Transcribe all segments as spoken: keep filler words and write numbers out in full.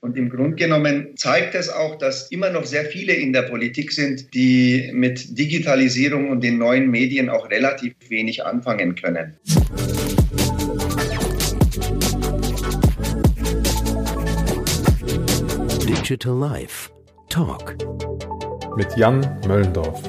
Und im Grunde genommen zeigt es auch, dass immer noch sehr viele in der Politik sind, die mit Digitalisierung und den neuen Medien auch relativ wenig anfangen können. Digital Life Talk mit Jan Möllendorf.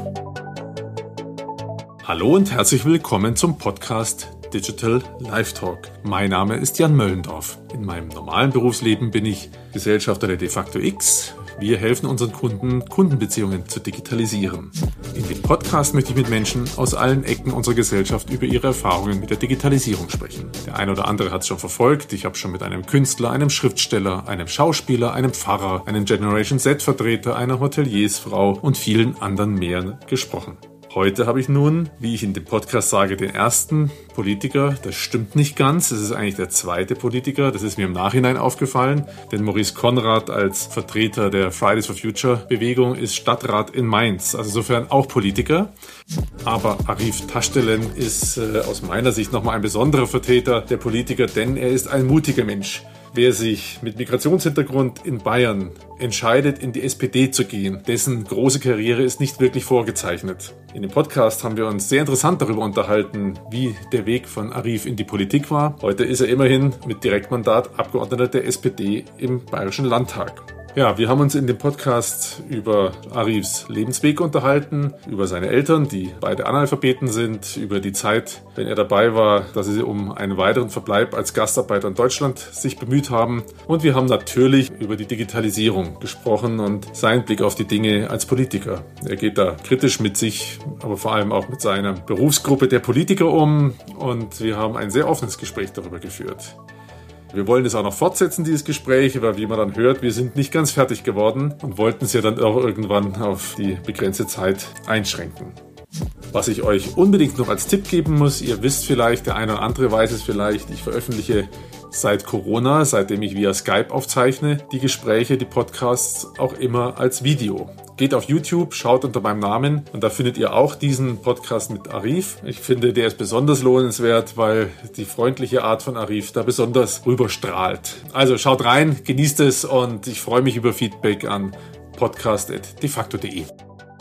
Hallo und herzlich willkommen zum Podcast Digital Life Talk. Mein Name ist Jan Möllendorf. In meinem normalen Berufsleben bin ich Gesellschafter der DeFacto X. Wir helfen unseren Kunden, Kundenbeziehungen zu digitalisieren. In dem Podcast möchte ich mit Menschen aus allen Ecken unserer Gesellschaft über ihre Erfahrungen mit der Digitalisierung sprechen. Der eine oder andere hat es schon verfolgt. Ich habe schon mit einem Künstler, einem Schriftsteller, einem Schauspieler, einem Pfarrer, einem Generation Z-Vertreter, einer Hoteliersfrau und vielen anderen mehr gesprochen. Heute habe ich nun, wie ich in dem Podcast sage, den ersten Politiker. Das stimmt nicht ganz. Es ist eigentlich der zweite Politiker. Das ist mir im Nachhinein aufgefallen. Denn Maurice Conrad als Vertreter der Fridays for Future Bewegung ist Stadtrat in Mainz. Also insofern auch Politiker. Aber Arif Taşdelen ist äh, aus meiner Sicht nochmal ein besonderer Vertreter der Politiker, denn er ist ein mutiger Mensch. Wer sich mit Migrationshintergrund in Bayern entscheidet, in die S P D zu gehen, dessen große Karriere ist nicht wirklich vorgezeichnet. In dem Podcast haben wir uns sehr interessant darüber unterhalten, wie der Weg von Arif in die Politik war. Heute ist er immerhin mit Direktmandat Abgeordneter der S P D im Bayerischen Landtag. Ja, wir haben uns in dem Podcast über Arifs Lebensweg unterhalten, über seine Eltern, die beide Analphabeten sind, über die Zeit, wenn er dabei war, dass sie um einen weiteren Verbleib als Gastarbeiter in Deutschland sich bemüht haben. Und wir haben natürlich über die Digitalisierung gesprochen und seinen Blick auf die Dinge als Politiker. Er geht da kritisch mit sich, aber vor allem auch mit seiner Berufsgruppe der Politiker um. Und wir haben ein sehr offenes Gespräch darüber geführt. Wir wollen es auch noch fortsetzen, dieses Gespräch, weil wie man dann hört, wir sind nicht ganz fertig geworden und wollten es ja dann auch irgendwann auf die begrenzte Zeit einschränken. Was ich euch unbedingt noch als Tipp geben muss, ihr wisst vielleicht, der eine oder andere weiß es vielleicht, ich veröffentliche seit Corona, seitdem ich via Skype aufzeichne, die Gespräche, die Podcasts auch immer als Video. Geht auf YouTube, schaut unter meinem Namen und da findet ihr auch diesen Podcast mit Arif. Ich finde, der ist besonders lohnenswert, weil die freundliche Art von Arif da besonders rüberstrahlt. Also schaut rein, genießt es und ich freue mich über Feedback an podcast at defacto punkt de.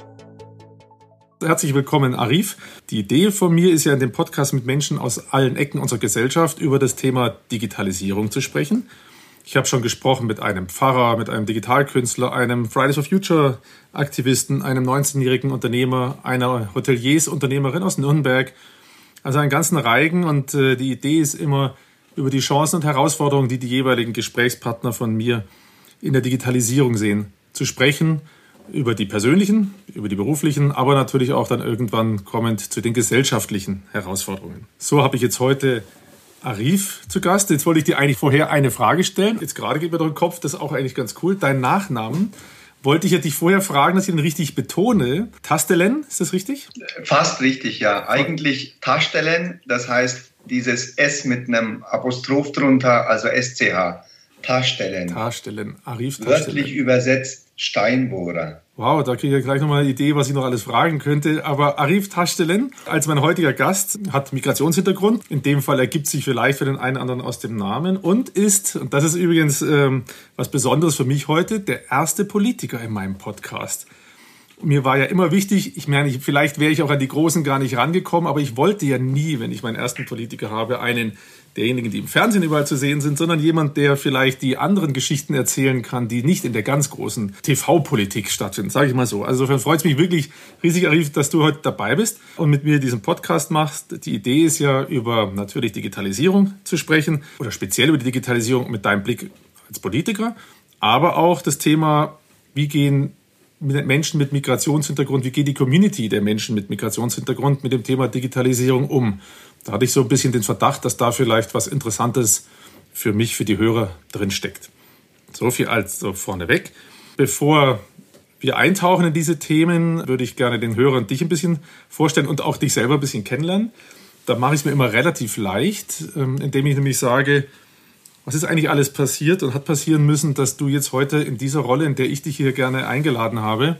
Herzlich willkommen, Arif. Die Idee von mir ist ja in dem Podcast mit Menschen aus allen Ecken unserer Gesellschaft über das Thema Digitalisierung zu sprechen. Ich habe schon gesprochen mit einem Pfarrer, mit einem Digitalkünstler, einem Fridays for Future Aktivisten, einem neunzehnjährigen Unternehmer, einer Hoteliersunternehmerin aus Nürnberg. Also einen ganzen Reigen und äh, die Idee ist immer, über die Chancen und Herausforderungen, die die jeweiligen Gesprächspartner von mir in der Digitalisierung sehen, zu sprechen. Über die persönlichen, über die beruflichen, aber natürlich auch dann irgendwann kommend zu den gesellschaftlichen Herausforderungen. So habe ich jetzt heute Arif zu Gast. Jetzt wollte ich dir eigentlich vorher eine Frage stellen. Jetzt gerade geht mir durch den Kopf, das ist auch eigentlich ganz cool. Dein Nachnamen wollte ich ja dich vorher fragen, dass ich den richtig betone. Taşdelen, ist das richtig? Fast richtig, ja. Eigentlich Taşdelen, das heißt dieses S mit einem Apostroph drunter, also S C H. Taşdelen. Taşdelen, Arif Taşdelen. Wörtlich übersetzt Steinbohrer. Wow, da kriege ich gleich nochmal eine Idee, was ich noch alles fragen könnte. Aber Arif Taşdelen, als mein heutiger Gast, hat Migrationshintergrund. In dem Fall ergibt sich vielleicht für den einen oder anderen aus dem Namen und ist, und das ist übrigens ähm, was Besonderes für mich heute, der erste Politiker in meinem Podcast. Mir war ja immer wichtig, ich meine, vielleicht wäre ich auch an die Großen gar nicht rangekommen, aber ich wollte ja nie, wenn ich meinen ersten Politiker habe, einen derjenigen, die im Fernsehen überall zu sehen sind, sondern jemand, der vielleicht die anderen Geschichten erzählen kann, die nicht in der ganz großen T V-Politik stattfinden, sage ich mal so. Also insofern freut es mich wirklich riesig, Arif, dass du heute dabei bist und mit mir diesen Podcast machst. Die Idee ist ja, über natürlich Digitalisierung zu sprechen oder speziell über die Digitalisierung mit deinem Blick als Politiker, aber auch das Thema, wie gehen Menschen mit Migrationshintergrund, wie geht die Community der Menschen mit Migrationshintergrund mit dem Thema Digitalisierung um? Da hatte ich so ein bisschen den Verdacht, dass da vielleicht was Interessantes für mich, für die Hörer drin steckt. So viel also vorneweg. Bevor wir eintauchen in diese Themen, würde ich gerne den Hörern dich ein bisschen vorstellen und auch dich selber ein bisschen kennenlernen. Da mache ich es mir immer relativ leicht, indem ich nämlich sage, was ist eigentlich alles passiert und hat passieren müssen, dass du jetzt heute in dieser Rolle, in der ich dich hier gerne eingeladen habe,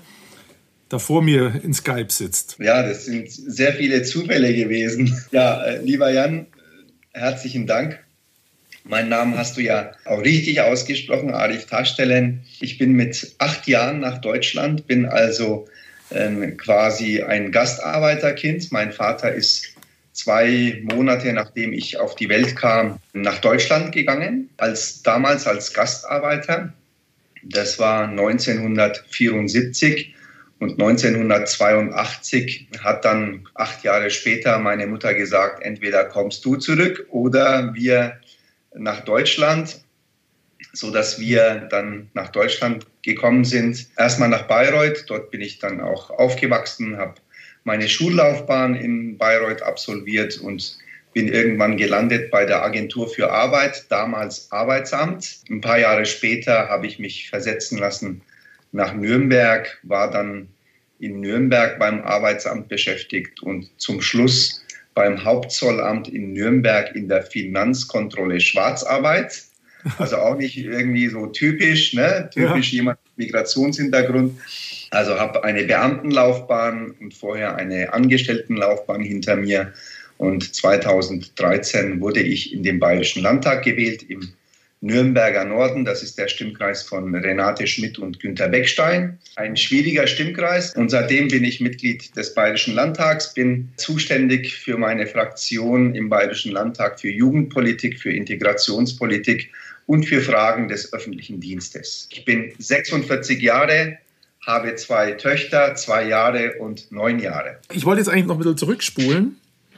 da vor mir in Skype sitzt? Ja, das sind sehr viele Zufälle gewesen. Ja, lieber Jan, herzlichen Dank Meinen Namen hast du ja auch richtig ausgesprochen, Arif Taşdelen. Ich bin mit acht Jahren nach Deutschland, bin also ähm, quasi ein Gastarbeiterkind. Mein Vater ist zwei Monate, nachdem ich auf die Welt kam, nach Deutschland gegangen, als damals als Gastarbeiter. Das war neunzehnhundertvierundsiebzig. Und neunzehnhundertzweiundachtzig hat dann acht Jahre später meine Mutter gesagt, entweder kommst du zurück oder wir nach Deutschland, sodass wir dann nach Deutschland gekommen sind. Erstmal nach Bayreuth, dort bin ich dann auch aufgewachsen, habe meine Schullaufbahn in Bayreuth absolviert und bin irgendwann gelandet bei der Agentur für Arbeit, damals Arbeitsamt. Ein paar Jahre später habe ich mich versetzen lassen nach Nürnberg, war dann in Nürnberg beim Arbeitsamt beschäftigt und zum Schluss beim Hauptzollamt in Nürnberg in der Finanzkontrolle Schwarzarbeit. Also auch nicht irgendwie so typisch, ne? Typisch ja. Jemand mit Migrationshintergrund. Also habe eine Beamtenlaufbahn und vorher eine Angestelltenlaufbahn hinter mir. Und zweitausenddreizehn wurde ich in den Bayerischen Landtag gewählt, im Nürnberger Norden. Das ist der Stimmkreis von Renate Schmidt und Günter Beckstein. Ein schwieriger Stimmkreis. Und seitdem bin ich Mitglied des Bayerischen Landtags, bin zuständig für meine Fraktion im Bayerischen Landtag für Jugendpolitik, für Integrationspolitik und für Fragen des öffentlichen Dienstes. Ich bin sechsundvierzig Jahre, habe zwei Töchter, zwei Jahre und neun Jahre. Ich wollte jetzt eigentlich noch ein bisschen zurückspulen.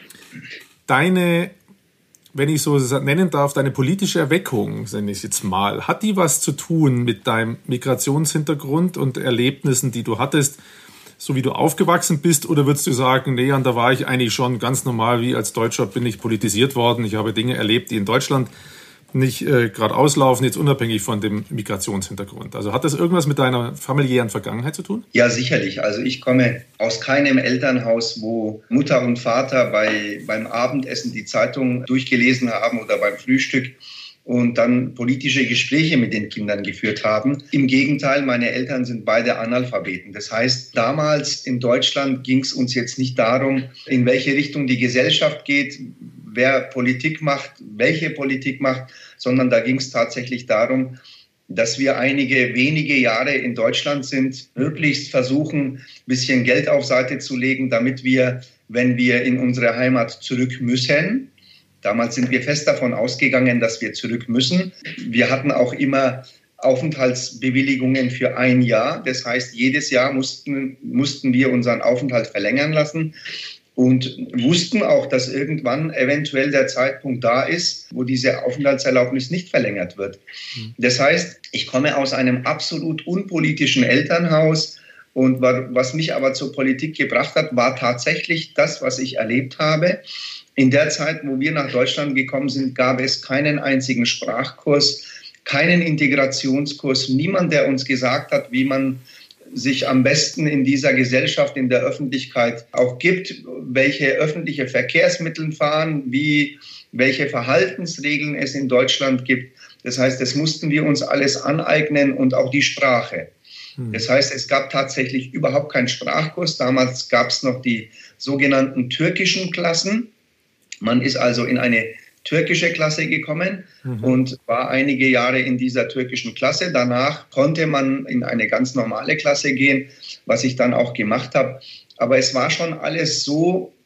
Deine, wenn ich so nennen darf, deine politische Erweckung, nenne ich es jetzt mal, hat die was zu tun mit deinem Migrationshintergrund und Erlebnissen, die du hattest, so wie du aufgewachsen bist? Oder würdest du sagen, nee, da war ich eigentlich schon ganz normal, wie als Deutscher bin ich politisiert worden, ich habe Dinge erlebt, die in Deutschland nicht äh, gerade auslaufen, jetzt unabhängig von dem Migrationshintergrund. Also hat das irgendwas mit deiner familiären Vergangenheit zu tun? Ja, sicherlich. Also ich komme aus keinem Elternhaus, wo Mutter und Vater bei, beim Abendessen die Zeitung durchgelesen haben oder beim Frühstück und dann politische Gespräche mit den Kindern geführt haben. Im Gegenteil, meine Eltern sind beide Analphabeten. Das heißt, damals in Deutschland ging es uns jetzt nicht darum, in welche Richtung die Gesellschaft geht, wer Politik macht, welche Politik macht, sondern da ging es tatsächlich darum, dass wir einige wenige Jahre in Deutschland sind, möglichst versuchen, ein bisschen Geld auf Seite zu legen, damit wir, wenn wir in unsere Heimat zurück müssen, damals sind wir fest davon ausgegangen, dass wir zurück müssen. Wir hatten auch immer Aufenthaltsbewilligungen für ein Jahr. Das heißt, jedes Jahr mussten, mussten wir unseren Aufenthalt verlängern lassen. Und wussten auch, dass irgendwann eventuell der Zeitpunkt da ist, wo diese Aufenthaltserlaubnis nicht verlängert wird. Das heißt, ich komme aus einem absolut unpolitischen Elternhaus und was mich aber zur Politik gebracht hat, war tatsächlich das, was ich erlebt habe. In der Zeit, wo wir nach Deutschland gekommen sind, gab es keinen einzigen Sprachkurs, keinen Integrationskurs, niemand, der uns gesagt hat, wie man sich am besten in dieser Gesellschaft, in der Öffentlichkeit auch gibt, welche öffentliche Verkehrsmittel fahren, wie, welche Verhaltensregeln es in Deutschland gibt. Das heißt, das mussten wir uns alles aneignen und auch die Sprache. Hm. Das heißt, es gab tatsächlich überhaupt keinen Sprachkurs. Damals gab es noch die sogenannten türkischen Klassen. Man ist also in eine türkische Klasse gekommen mhm. und war einige Jahre in dieser türkischen Klasse. Danach konnte man in eine ganz normale Klasse gehen, was ich dann auch gemacht habe. Aber es war schon alles so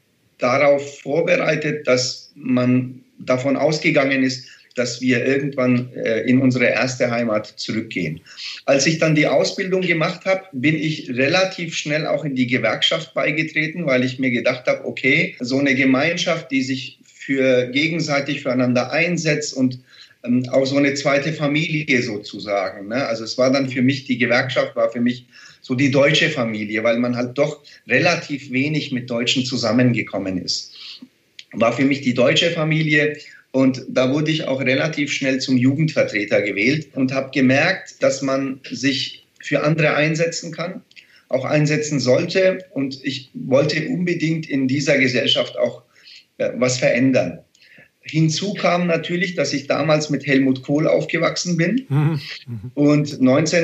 darauf vorbereitet, dass man davon ausgegangen ist, dass wir irgendwann äh, in unsere erste Heimat zurückgehen. Als ich dann die Ausbildung gemacht habe, bin ich relativ schnell auch in die Gewerkschaft beigetreten, weil ich mir gedacht habe, okay, so eine Gemeinschaft, die sich für gegenseitig füreinander einsetzt und ähm, auch so eine zweite Familie sozusagen. Ne? Also es war dann für mich, die Gewerkschaft war für mich so die deutsche Familie, weil man halt doch relativ wenig mit Deutschen zusammengekommen ist. War für mich die deutsche Familie und da wurde ich auch relativ schnell zum Jugendvertreter gewählt und habe gemerkt, dass man sich für andere einsetzen kann, auch einsetzen sollte und ich wollte unbedingt in dieser Gesellschaft auch was verändern. Hinzu kam natürlich, dass ich damals mit Helmut Kohl aufgewachsen bin mhm. und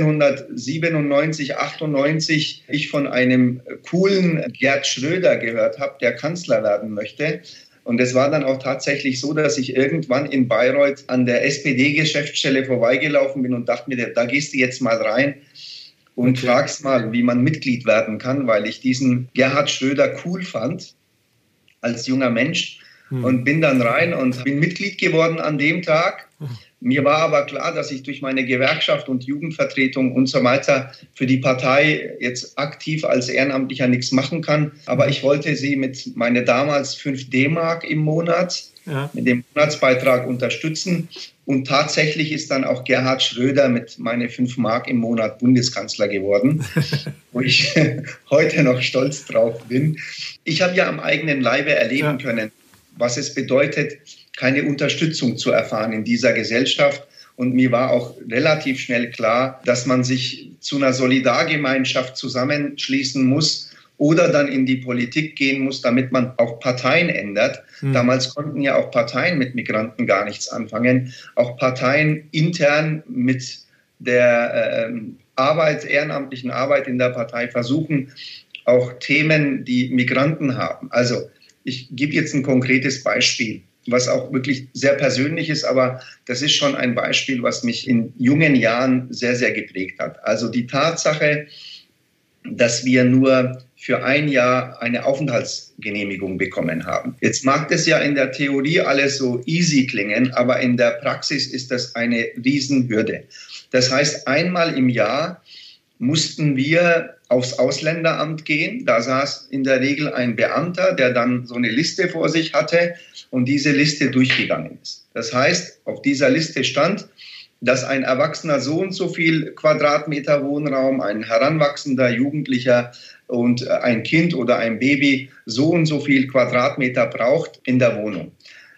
neunzehnhundertsiebenundneunzig, achtundneunzig ich von einem coolen Gerd Schröder gehört habe, der Kanzler werden möchte. Und es war dann auch tatsächlich so, dass ich irgendwann in Bayreuth an der S P D-Geschäftsstelle vorbeigelaufen bin und dachte mir, da gehst du jetzt mal rein und okay. fragst mal, wie man Mitglied werden kann, weil ich diesen Gerhard Schröder cool fand als junger Mensch. Hm. Und bin dann rein und bin Mitglied geworden an dem Tag. Mir war aber klar, dass ich durch meine Gewerkschaft und Jugendvertretung und so weiter für die Partei jetzt aktiv als Ehrenamtlicher nichts machen kann. Aber ich wollte sie mit meiner damals fünf D-Mark im Monat, ja. mit dem Monatsbeitrag unterstützen. Und tatsächlich ist dann auch Gerhard Schröder mit meinen fünf Mark im Monat Bundeskanzler geworden, wo ich heute noch stolz drauf bin. Ich habe ja am eigenen Leibe erleben ja. können, was es bedeutet, keine Unterstützung zu erfahren in dieser Gesellschaft. Und mir war auch relativ schnell klar, dass man sich zu einer Solidargemeinschaft zusammenschließen muss oder dann in die Politik gehen muss, damit man auch Parteien ändert. Hm. Damals konnten ja auch Parteien mit Migranten gar nichts anfangen. Auch Parteien intern mit der äh, Arbeit, ehrenamtlichen Arbeit in der Partei versuchen, auch Themen, die Migranten haben. Also ich gebe jetzt ein konkretes Beispiel, was auch wirklich sehr persönlich ist, aber das ist schon ein Beispiel, was mich in jungen Jahren sehr, sehr geprägt hat. Also die Tatsache, dass wir nur für ein Jahr eine Aufenthaltsgenehmigung bekommen haben. Jetzt mag das ja in der Theorie alles so easy klingen, aber in der Praxis ist das eine Riesenhürde. Das heißt, einmal im Jahr mussten wir aufs Ausländeramt gehen. Da saß in der Regel ein Beamter, der dann so eine Liste vor sich hatte und diese Liste durchgegangen ist. Das heißt, auf dieser Liste stand, dass ein Erwachsener so und so viel Quadratmeter Wohnraum, ein heranwachsender Jugendlicher und ein Kind oder ein Baby so und so viel Quadratmeter braucht in der Wohnung.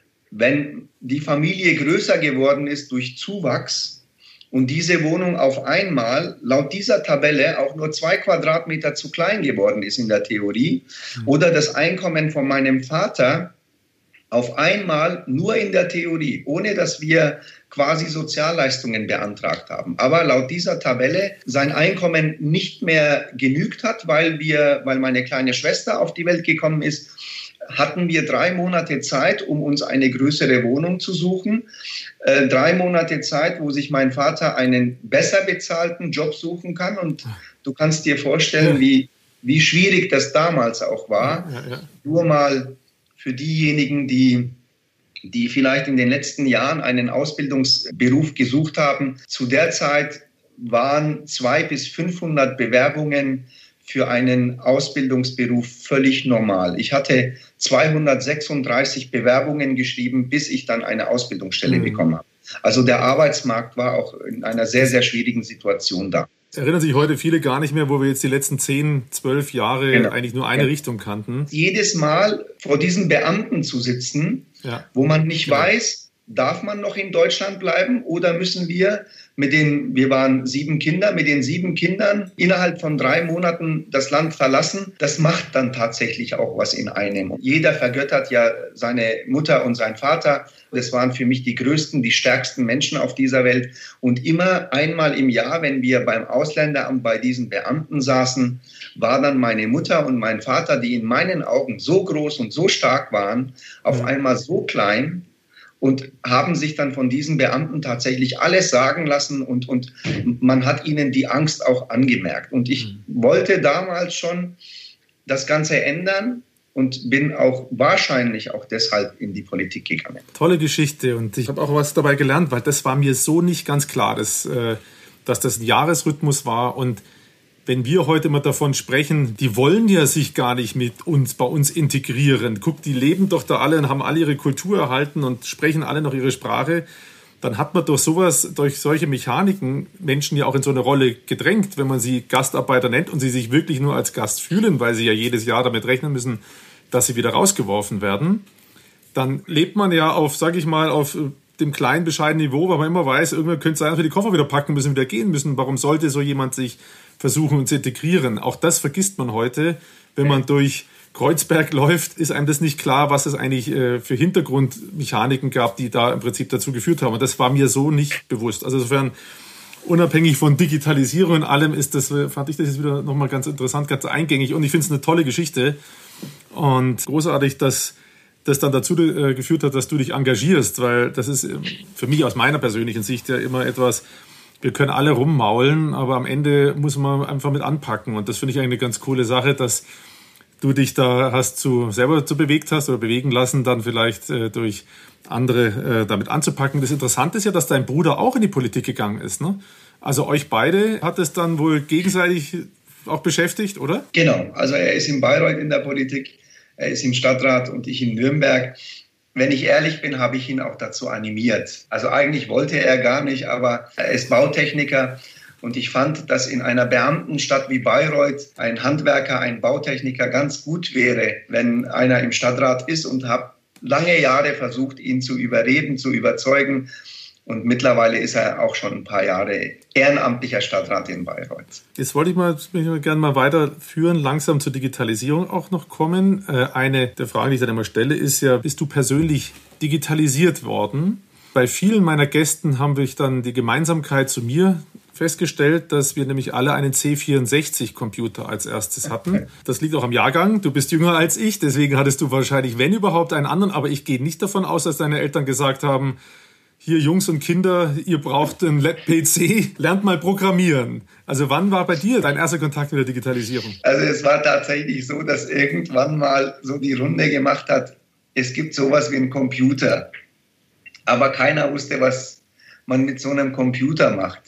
Wenn die Familie größer geworden ist durch Zuwachs, und diese Wohnung auf einmal laut dieser Tabelle auch nur zwei Quadratmeter zu klein geworden ist in der Theorie, oder das Einkommen von meinem Vater auf einmal nur in der Theorie, ohne dass wir quasi Sozialleistungen beantragt haben, aber laut dieser Tabelle sein Einkommen nicht mehr genügt hat, weil wir, weil meine kleine Schwester auf die Welt gekommen ist, hatten wir drei Monate Zeit, um uns eine größere Wohnung zu suchen. Äh, drei Monate Zeit, wo sich mein Vater einen besser bezahlten Job suchen kann. Und du kannst dir vorstellen, wie, wie schwierig das damals auch war. Ja, ja. Nur mal für diejenigen, die, die vielleicht in den letzten Jahren einen Ausbildungsberuf gesucht haben. Zu der Zeit waren zweihundert bis fünfhundert Bewerbungen für einen Ausbildungsberuf völlig normal. Ich hatte zweihundertsechsunddreißig Bewerbungen geschrieben, bis ich dann eine Ausbildungsstelle mhm. bekommen habe. Also der Arbeitsmarkt war auch in einer sehr, sehr schwierigen Situation da. Erinnern sich heute viele gar nicht mehr, wo wir jetzt die letzten zehn, zwölf Jahre genau. eigentlich nur eine ja. Richtung kannten. Jedes Mal vor diesen Beamten zu sitzen, ja. wo man nicht genau. weiß, darf man noch in Deutschland bleiben oder müssen wir mit den, wir waren sieben Kinder, mit den sieben Kindern innerhalb von drei Monaten das Land verlassen. Das macht dann tatsächlich auch was in einem. Jeder vergöttert ja seine Mutter und seinen Vater. Das waren für mich die größten, die stärksten Menschen auf dieser Welt. Und immer einmal im Jahr, wenn wir beim Ausländeramt bei diesen Beamten saßen, war dann meine Mutter und mein Vater, die in meinen Augen so groß und so stark waren, auf einmal so klein, und haben sich dann von diesen Beamten tatsächlich alles sagen lassen und, und man hat ihnen die Angst auch angemerkt. Und ich mhm. wollte damals schon das Ganze ändern und bin auch wahrscheinlich auch deshalb in die Politik gegangen. Tolle Geschichte, und ich habe auch was dabei gelernt, weil das war mir so nicht ganz klar, dass, dass das ein Jahresrhythmus war. Und wenn wir heute mal davon sprechen, die wollen ja sich gar nicht mit uns, bei uns integrieren. Guck, die leben doch da alle und haben alle ihre Kultur erhalten und sprechen alle noch ihre Sprache. Dann hat man durch sowas, durch solche Mechaniken Menschen ja auch in so eine Rolle gedrängt, wenn man sie Gastarbeiter nennt und sie sich wirklich nur als Gast fühlen, weil sie ja jedes Jahr damit rechnen müssen, dass sie wieder rausgeworfen werden. Dann lebt man ja auf, sag ich mal, auf dem kleinen, bescheidenen Niveau, weil man immer weiß, irgendwann könnte es sein, dass wir die Koffer wieder packen müssen, wieder gehen müssen. Warum sollte so jemand sich versuchen zu integrieren? Auch das vergisst man heute. Wenn man durch Kreuzberg läuft, ist einem das nicht klar, was es eigentlich äh, für Hintergrundmechaniken gab, die da im Prinzip dazu geführt haben. Und das war mir so nicht bewusst. Also insofern, unabhängig von Digitalisierung und allem, ist das, fand ich das jetzt wieder nochmal ganz interessant, ganz eingängig. Und ich finde es eine tolle Geschichte. Und großartig, dass das dann dazu äh, geführt hat, dass du dich engagierst, weil das ist für mich aus meiner persönlichen Sicht ja immer etwas, wir können alle rummaulen, aber am Ende muss man einfach mit anpacken. Und das finde ich eigentlich eine ganz coole Sache, dass du dich da hast zu, selber zu bewegt hast oder bewegen lassen, dann vielleicht äh, durch andere äh, damit anzupacken. Das Interessante ist ja, dass dein Bruder auch in die Politik gegangen ist, ne? Also euch beide hat es dann wohl gegenseitig auch beschäftigt, oder? Genau, also er ist in Bayreuth in der Politik, er ist im Stadtrat und ich in Nürnberg. Wenn ich ehrlich bin, habe ich ihn auch dazu animiert. Also eigentlich wollte er gar nicht, aber er ist Bautechniker und ich fand, dass in einer Beamtenstadt wie Bayreuth ein Handwerker, ein Bautechniker ganz gut wäre, wenn einer im Stadtrat ist, und habe lange Jahre versucht, ihn zu überreden, zu überzeugen. Und mittlerweile ist er auch schon ein paar Jahre ehrenamtlicher Stadtrat in Bayreuth. Jetzt wollte ich mal, mich gerne mal weiterführen, langsam zur Digitalisierung auch noch kommen. Eine der Fragen, die ich dann immer stelle, ist ja, bist du persönlich digitalisiert worden? Bei vielen meiner Gästen haben wir dann die Gemeinsamkeit zu mir festgestellt, dass wir nämlich alle einen C vierundsechzig Computer als erstes hatten. Das liegt auch am Jahrgang. Du bist jünger als ich, deswegen hattest du wahrscheinlich, wenn überhaupt, einen anderen. Aber ich gehe nicht davon aus, dass deine Eltern gesagt haben, hier Jungs und Kinder, ihr braucht einen P C, lernt mal programmieren. Also wann war bei dir dein erster Kontakt mit der Digitalisierung? Also es war tatsächlich so, dass irgendwann mal so die Runde gemacht hat, es gibt sowas wie einen Computer. Aber keiner wusste, was man mit so einem Computer macht.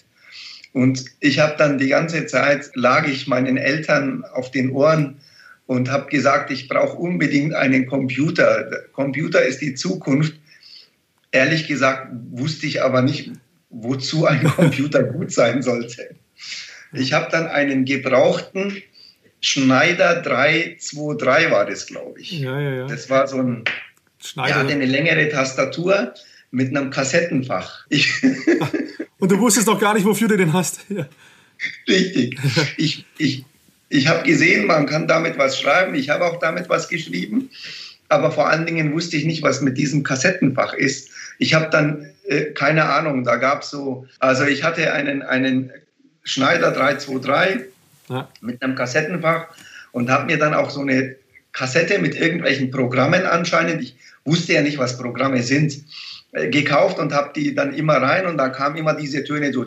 Und ich habe dann die ganze Zeit, lag ich meinen Eltern auf den Ohren und habe gesagt, ich brauche unbedingt einen Computer. Der Computer ist die Zukunft. Ehrlich gesagt wusste ich aber nicht, wozu ein Computer gut sein sollte. Ich habe dann einen gebrauchten Schneider drei zwei drei war das, glaube ich. Ja, ja, ja. Das war so ein, Schneider. Der hatte eine längere Tastatur mit einem Kassettenfach. Ich Und du wusstest doch gar nicht, wofür du den hast. Ja. Richtig. Ich, ich, ich habe gesehen, man kann damit was schreiben. Ich habe auch damit was geschrieben. Aber vor allen Dingen wusste ich nicht, was mit diesem Kassettenfach ist. Ich habe dann, äh, keine Ahnung, da gab es so, also ich hatte einen, einen Schneider drei zwei drei ja. mit einem Kassettenfach und habe mir dann auch so eine Kassette mit irgendwelchen Programmen anscheinend, ich wusste ja nicht, was Programme sind, äh, gekauft und habe die dann immer rein und da kamen immer diese Töne so,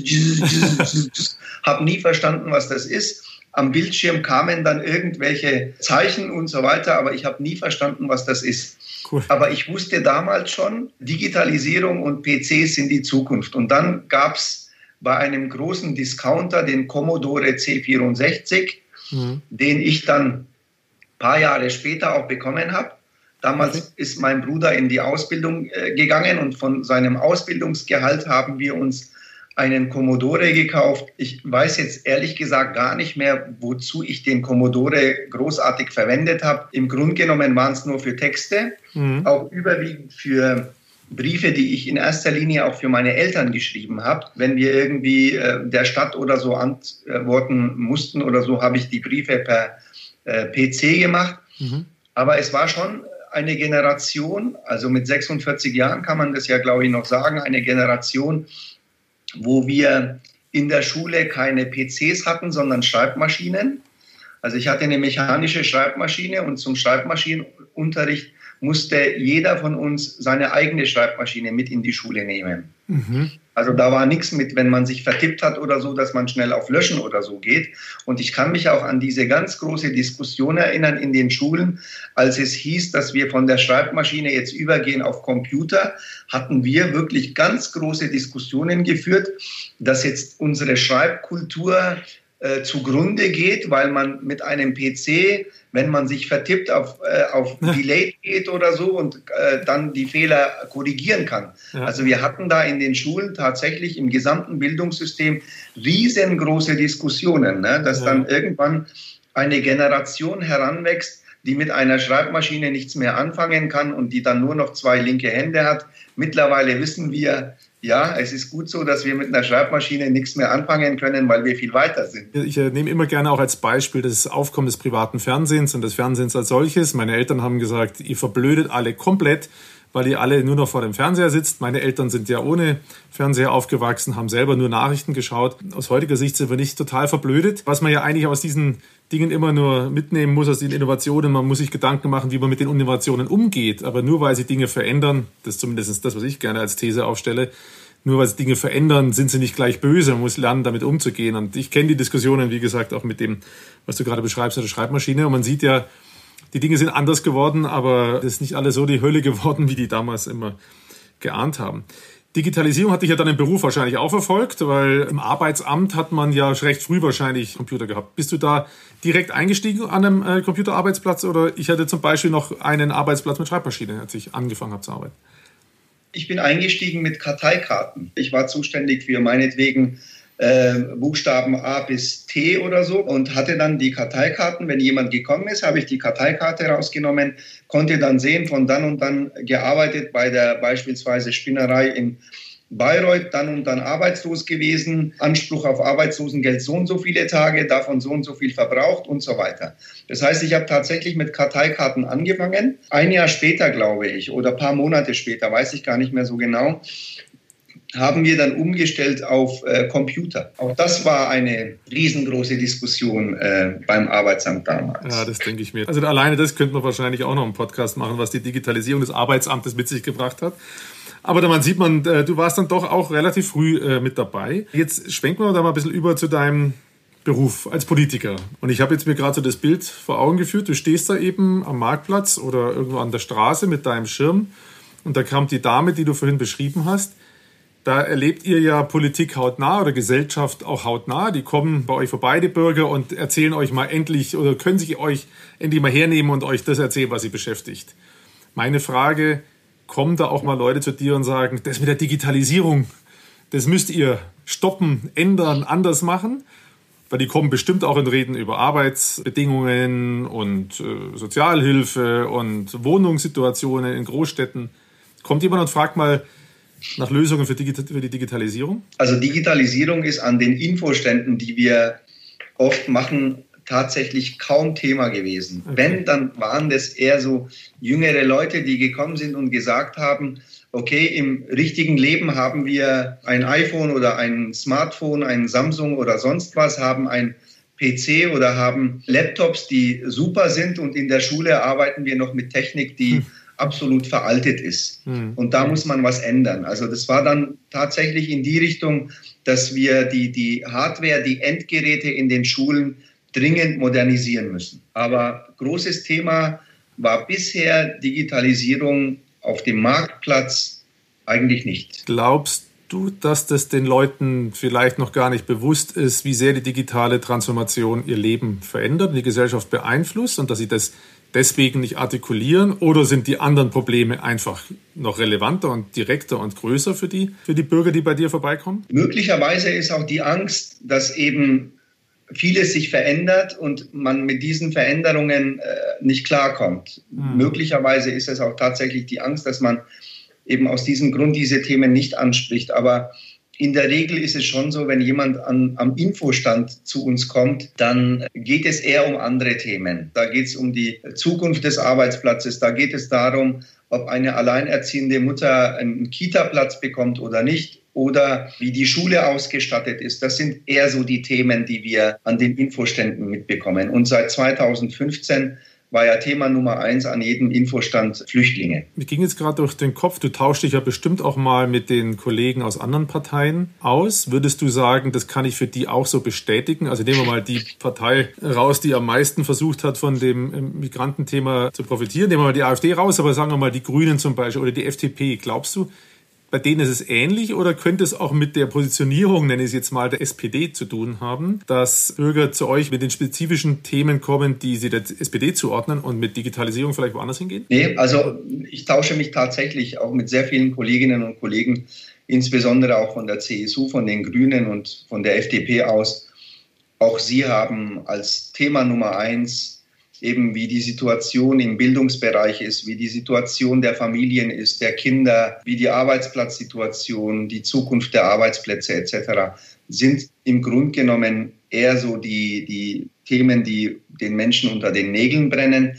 habe nie verstanden, was das ist. Am Bildschirm kamen dann irgendwelche Zeichen und so weiter, aber ich habe nie verstanden, was das ist. Cool. Aber ich wusste damals schon, Digitalisierung und P Cs sind die Zukunft. Und dann gab es bei einem großen Discounter den Commodore C vierundsechzig, mhm. den ich dann ein paar Jahre später auch bekommen habe. Damals okay. ist mein Bruder in die Ausbildung äh, gegangen und von seinem Ausbildungsgehalt haben wir uns einen Commodore gekauft. Ich weiß jetzt ehrlich gesagt gar nicht mehr, wozu ich den Commodore großartig verwendet habe. Im Grunde genommen waren es nur für Texte, mhm. auch überwiegend für Briefe, die ich in erster Linie auch für meine Eltern geschrieben habe. Wenn wir irgendwie äh, der Stadt oder so antworten mussten oder so, habe ich die Briefe per äh, P C gemacht. Mhm. Aber es war schon eine Generation, also mit sechsundvierzig Jahren kann man das ja, glaube ich, noch sagen, eine Generation, wo wir in der Schule keine P Cs hatten, sondern Schreibmaschinen. Also ich hatte eine mechanische Schreibmaschine und zum Schreibmaschinenunterricht musste jeder von uns seine eigene Schreibmaschine mit in die Schule nehmen. Mhm. Also da war nichts mit, wenn man sich vertippt hat oder so, dass man schnell auf Löschen oder so geht. Und ich kann mich auch an diese ganz große Diskussion erinnern in den Schulen, als es hieß, dass wir von der Schreibmaschine jetzt übergehen auf Computer, hatten wir wirklich ganz große Diskussionen geführt, dass jetzt unsere Schreibkultur äh, zugrunde geht, weil man mit einem P C, wenn man sich vertippt, auf, äh, auf Delay geht oder so und äh, dann die Fehler korrigieren kann. Ja. Also wir hatten da in den Schulen tatsächlich im gesamten Bildungssystem riesengroße Diskussionen, ne? Dass ja. dann irgendwann eine Generation heranwächst, die mit einer Schreibmaschine nichts mehr anfangen kann und die dann nur noch zwei linke Hände hat. Mittlerweile wissen wir, ja, es ist gut so, dass wir mit einer Schreibmaschine nichts mehr anfangen können, weil wir viel weiter sind. Ich nehme immer gerne auch als Beispiel das Aufkommen des privaten Fernsehens und des Fernsehens als solches. Meine Eltern haben gesagt, ihr verblödet alle komplett, weil ihr alle nur noch vor dem Fernseher sitzt. Meine Eltern sind ja ohne Fernseher aufgewachsen, haben selber nur Nachrichten geschaut. Aus heutiger Sicht sind wir nicht total verblödet. Was man ja eigentlich aus diesen Dingen immer nur mitnehmen muss, aus den Innovationen, man muss sich Gedanken machen, wie man mit den Innovationen umgeht. Aber nur weil sie Dinge verändern, das ist zumindest das, was ich gerne als These aufstelle, nur weil sie Dinge verändern, sind sie nicht gleich böse. Man muss lernen, damit umzugehen. Und ich kenne die Diskussionen, wie gesagt, auch mit dem, was du gerade beschreibst, mit der Schreibmaschine. Und man sieht ja, die Dinge sind anders geworden, aber es ist nicht alles so die Hölle geworden, wie die damals immer geahnt haben. Digitalisierung hat dich ja dann im Beruf wahrscheinlich auch verfolgt, weil im Arbeitsamt hat man ja recht früh wahrscheinlich Computer gehabt. Bist du da direkt eingestiegen an einem äh, Computerarbeitsplatz oder ich hatte zum Beispiel noch einen Arbeitsplatz mit Schreibmaschine, als ich angefangen habe zu arbeiten? Ich bin eingestiegen mit Karteikarten. Ich war zuständig für meinetwegen äh, Buchstaben A bis T oder so und hatte dann die Karteikarten. Wenn jemand gekommen ist, habe ich die Karteikarte rausgenommen, konnte dann sehen, von dann und dann gearbeitet bei der beispielsweise Spinnerei in Bayreuth, dann und dann arbeitslos gewesen, Anspruch auf Arbeitslosengeld so und so viele Tage, davon so und so viel verbraucht und so weiter. Das heißt, ich habe tatsächlich mit Karteikarten angefangen. Ein Jahr später, glaube ich, oder ein paar Monate später, weiß ich gar nicht mehr so genau, haben wir dann umgestellt auf äh, Computer. Auch das war eine riesengroße Diskussion äh, beim Arbeitsamt damals. Ja, das denke ich mir. Also alleine das könnte man wahrscheinlich auch noch einen Podcast machen, was die Digitalisierung des Arbeitsamtes mit sich gebracht hat. Aber da man sieht man, du warst dann doch auch relativ früh äh, mit dabei. Jetzt schwenken wir da mal ein bisschen über zu deinem Beruf als Politiker. Und ich habe jetzt mir gerade so das Bild vor Augen geführt. Du stehst da eben am Marktplatz oder irgendwo an der Straße mit deinem Schirm und da kam die Dame, die du vorhin beschrieben hast. Da erlebt ihr ja Politik hautnah oder Gesellschaft auch hautnah. Die kommen bei euch vorbei, die Bürger, und erzählen euch mal endlich oder können sich euch endlich mal hernehmen und euch das erzählen, was sie beschäftigt. Meine Frage: Kommen da auch mal Leute zu dir und sagen, das mit der Digitalisierung, das müsst ihr stoppen, ändern, anders machen? Weil die kommen bestimmt auch in Reden über Arbeitsbedingungen und äh, Sozialhilfe und Wohnungssituationen in Großstädten. Kommt jemand und fragt mal nach Lösungen für, Digi- für die Digitalisierung? Also Digitalisierung ist an den Infoständen, die wir oft machen, tatsächlich kaum Thema gewesen. Okay. Wenn, dann waren das eher so jüngere Leute, die gekommen sind und gesagt haben, okay, im richtigen Leben haben wir ein iPhone oder ein Smartphone, ein Samsung oder sonst was, haben ein P C oder haben Laptops, die super sind, und in der Schule arbeiten wir noch mit Technik, die hm. absolut veraltet ist. Hm. Und da muss man was ändern. Also das war dann tatsächlich in die Richtung, dass wir die, die Hardware, die Endgeräte in den Schulen dringend modernisieren müssen. Aber großes Thema war bisher Digitalisierung auf dem Marktplatz eigentlich nicht. Glaubst du, dass das den Leuten vielleicht noch gar nicht bewusst ist, wie sehr die digitale Transformation ihr Leben verändert und die Gesellschaft beeinflusst und dass sie das deswegen nicht artikulieren? Oder sind die anderen Probleme einfach noch relevanter und direkter und größer für die, für die Bürger, die bei dir vorbeikommen? Möglicherweise ist auch die Angst, dass eben vieles sich verändert und man mit diesen Veränderungen äh, nicht klarkommt. Hm. Möglicherweise ist es auch tatsächlich die Angst, dass man eben aus diesem Grund diese Themen nicht anspricht. Aber in der Regel ist es schon so, wenn jemand an, am Infostand zu uns kommt, dann geht es eher um andere Themen. Da geht es um die Zukunft des Arbeitsplatzes, da geht es darum, ob eine alleinerziehende Mutter einen Kita-Platz bekommt oder nicht, oder wie die Schule ausgestattet ist. Das sind eher so die Themen, die wir an den Infoständen mitbekommen. Und seit zweitausendfünfzehn war ja Thema Nummer eins an jedem Infostand Flüchtlinge. Mir ging jetzt gerade durch den Kopf, du tauschst dich ja bestimmt auch mal mit den Kollegen aus anderen Parteien aus. Würdest du sagen, das kann ich für die auch so bestätigen? Also nehmen wir mal die Partei raus, die am meisten versucht hat, von dem Migrantenthema zu profitieren. Nehmen wir mal die AfD raus, aber sagen wir mal die Grünen zum Beispiel oder die F D P. Glaubst du, bei denen ist es ähnlich, oder könnte es auch mit der Positionierung, nenne ich es jetzt mal, der S P D zu tun haben, dass Bürger zu euch mit den spezifischen Themen kommen, die sie der S P D zuordnen und mit Digitalisierung vielleicht woanders hingehen? Nee, also ich tausche mich tatsächlich auch mit sehr vielen Kolleginnen und Kollegen, insbesondere auch von der C S U, von den Grünen und von der F D P aus. Auch sie haben als Thema Nummer eins eben, wie die Situation im Bildungsbereich ist, wie die Situation der Familien ist, der Kinder, wie die Arbeitsplatzsituation, die Zukunft der Arbeitsplätze et cetera, sind im Grunde genommen eher so die, die Themen, die den Menschen unter den Nägeln brennen.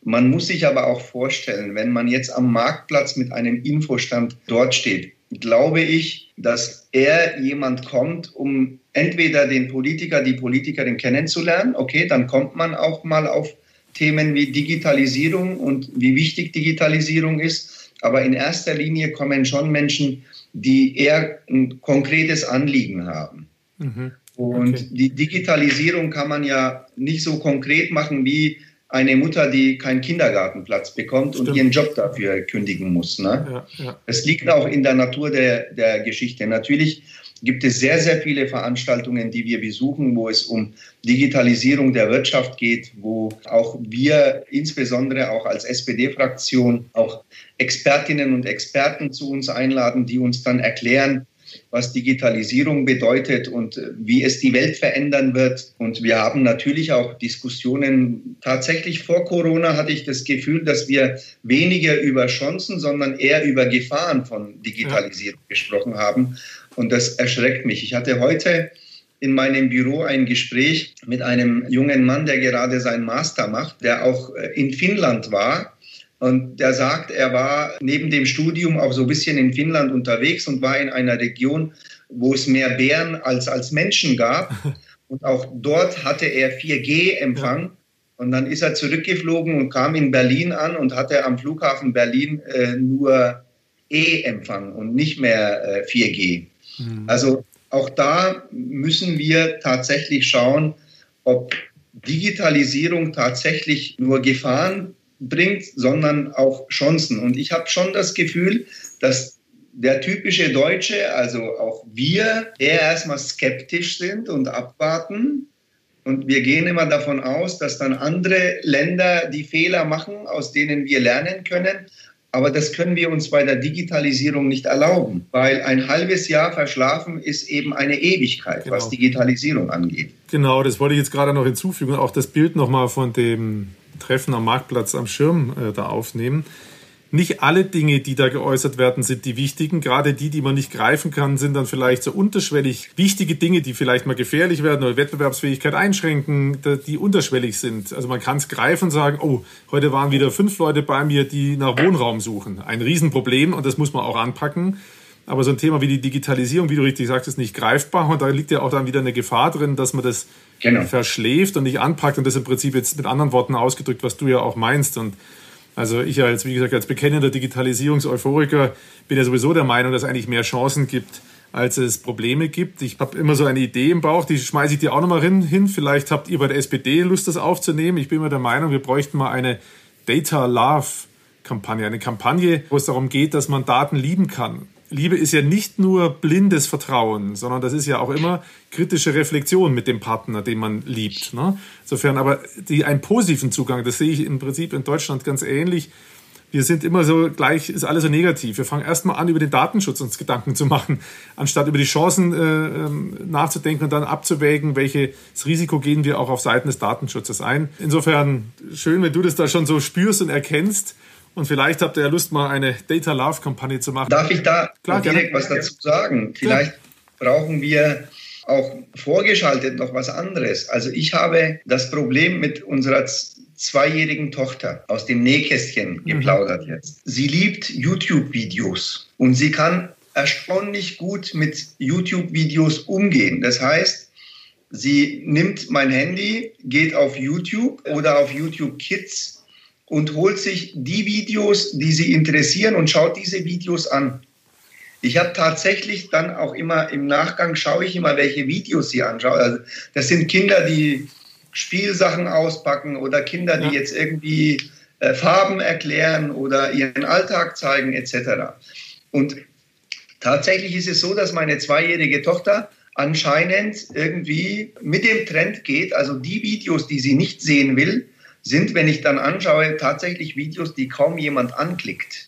Man muss sich aber auch vorstellen, wenn man jetzt am Marktplatz mit einem Infostand dort steht, glaube ich, dass eher jemand kommt, um entweder den Politiker, die Politikerin kennenzulernen. Okay, dann kommt man auch mal auf Themen wie Digitalisierung und wie wichtig Digitalisierung ist. Aber in erster Linie kommen schon Menschen, die eher ein konkretes Anliegen haben. Mhm. Okay. Und die Digitalisierung kann man ja nicht so konkret machen wie eine Mutter, die keinen Kindergartenplatz bekommt. Stimmt. Und ihren Job dafür kündigen muss. Ne? Ja, ja. Das liegt auch in der Natur der, der Geschichte. Natürlich gibt es sehr, sehr viele Veranstaltungen, die wir besuchen, wo es um Digitalisierung der Wirtschaft geht, wo auch wir, insbesondere auch als S P D-Fraktion, auch Expertinnen und Experten zu uns einladen, die uns dann erklären, was Digitalisierung bedeutet und wie es die Welt verändern wird. Und wir haben natürlich auch Diskussionen. Tatsächlich vor Corona hatte ich das Gefühl, dass wir weniger über Chancen, sondern eher über Gefahren von Digitalisierung ja. gesprochen haben. Und das erschreckt mich. Ich hatte heute in meinem Büro ein Gespräch mit einem jungen Mann, der gerade seinen Master macht, der auch in Finnland war. Und der sagt, er war neben dem Studium auch so ein bisschen in Finnland unterwegs und war in einer Region, wo es mehr Bären als, als Menschen gab. Und auch dort hatte er vier G-Empfang. Und dann ist er zurückgeflogen und kam in Berlin an und hatte am Flughafen Berlin äh, nur E-Empfang und nicht mehr äh, vier G. Mhm. Also auch da müssen wir tatsächlich schauen, ob Digitalisierung tatsächlich nur Gefahren bringt, sondern auch Chancen. Und ich habe schon das Gefühl, dass der typische Deutsche, also auch wir, eher erstmal skeptisch sind und abwarten. Und wir gehen immer davon aus, dass dann andere Länder die Fehler machen, aus denen wir lernen können. Aber das können wir uns bei der Digitalisierung nicht erlauben, weil ein halbes Jahr verschlafen ist eben eine Ewigkeit, genau. was Digitalisierung angeht. Genau, das wollte ich jetzt gerade noch hinzufügen. Auch das Bild nochmal von dem Treffen am Marktplatz am Schirm äh, da aufnehmen. Nicht alle Dinge, die da geäußert werden, sind die wichtigen. Gerade die, die man nicht greifen kann, sind dann vielleicht so unterschwellig wichtige Dinge, die vielleicht mal gefährlich werden oder Wettbewerbsfähigkeit einschränken, die unterschwellig sind. Also man kann es greifen und sagen, oh, heute waren wieder fünf Leute bei mir, die nach Wohnraum suchen. Ein Riesenproblem und das muss man auch anpacken. Aber so ein Thema wie die Digitalisierung, wie du richtig sagst, ist nicht greifbar. Und da liegt ja auch dann wieder eine Gefahr drin, dass man das genau. verschläft und nicht anpackt. Und das im Prinzip jetzt mit anderen Worten ausgedrückt, was du ja auch meinst. Und also ich als, wie gesagt, als bekennender Digitalisierungseuphoriker bin ja sowieso der Meinung, dass es eigentlich mehr Chancen gibt, als es Probleme gibt. Ich habe immer so eine Idee im Bauch, die schmeiße ich dir auch nochmal hin. Vielleicht habt ihr bei der S P D Lust, das aufzunehmen. Ich bin immer der Meinung, wir bräuchten mal eine Data Love Kampagne. Eine Kampagne, wo es darum geht, dass man Daten lieben kann. Liebe ist ja nicht nur blindes Vertrauen, sondern das ist ja auch immer kritische Reflexion mit dem Partner, den man liebt. Ne? Insofern aber die, einen positiven Zugang, das sehe ich im Prinzip in Deutschland ganz ähnlich. Wir sind immer so gleich, ist alles so negativ. Wir fangen erstmal an, über den Datenschutz uns Gedanken zu machen, anstatt über die Chancen äh, nachzudenken und dann abzuwägen, welches Risiko gehen wir auch auf Seiten des Datenschutzes ein. Insofern schön, wenn du das da schon so spürst und erkennst. Und vielleicht habt ihr ja Lust, mal eine Data Love Kampagne zu machen. Darf ich da Klar, direkt gerne. was dazu sagen? Vielleicht ja. brauchen wir auch vorgeschaltet noch was anderes. Also ich habe das Problem mit unserer zweijährigen Tochter aus dem Nähkästchen geplaudert mhm. jetzt. Sie liebt YouTube-Videos und sie kann erstaunlich gut mit YouTube-Videos umgehen. Das heißt, sie nimmt mein Handy, geht auf YouTube oder auf YouTube Kids und holt sich die Videos, die sie interessieren und schaut diese Videos an. Ich habe tatsächlich dann auch immer im Nachgang, schaue ich immer, welche Videos sie anschaut. Also das sind Kinder, die Spielsachen auspacken oder Kinder, die ja. jetzt irgendwie äh, Farben erklären oder ihren Alltag zeigen et cetera. Und tatsächlich ist es so, dass meine zweijährige Tochter anscheinend irgendwie mit dem Trend geht. Also die Videos, die sie nicht sehen will, sind, wenn ich dann anschaue, tatsächlich Videos, die kaum jemand anklickt.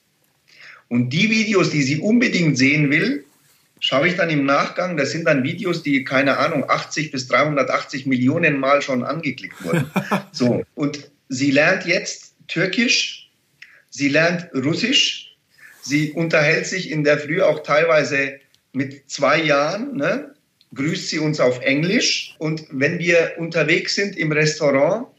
Und die Videos, die sie unbedingt sehen will, schaue ich dann im Nachgang, das sind dann Videos, die, keine Ahnung, achtzig bis dreihundertachtzig Millionen Mal schon angeklickt wurden. So. Und sie lernt jetzt Türkisch, sie lernt Russisch, sie unterhält sich in der Früh auch teilweise mit zwei Jahren, ne? Grüßt sie uns auf Englisch. Und wenn wir unterwegs sind im Restaurant,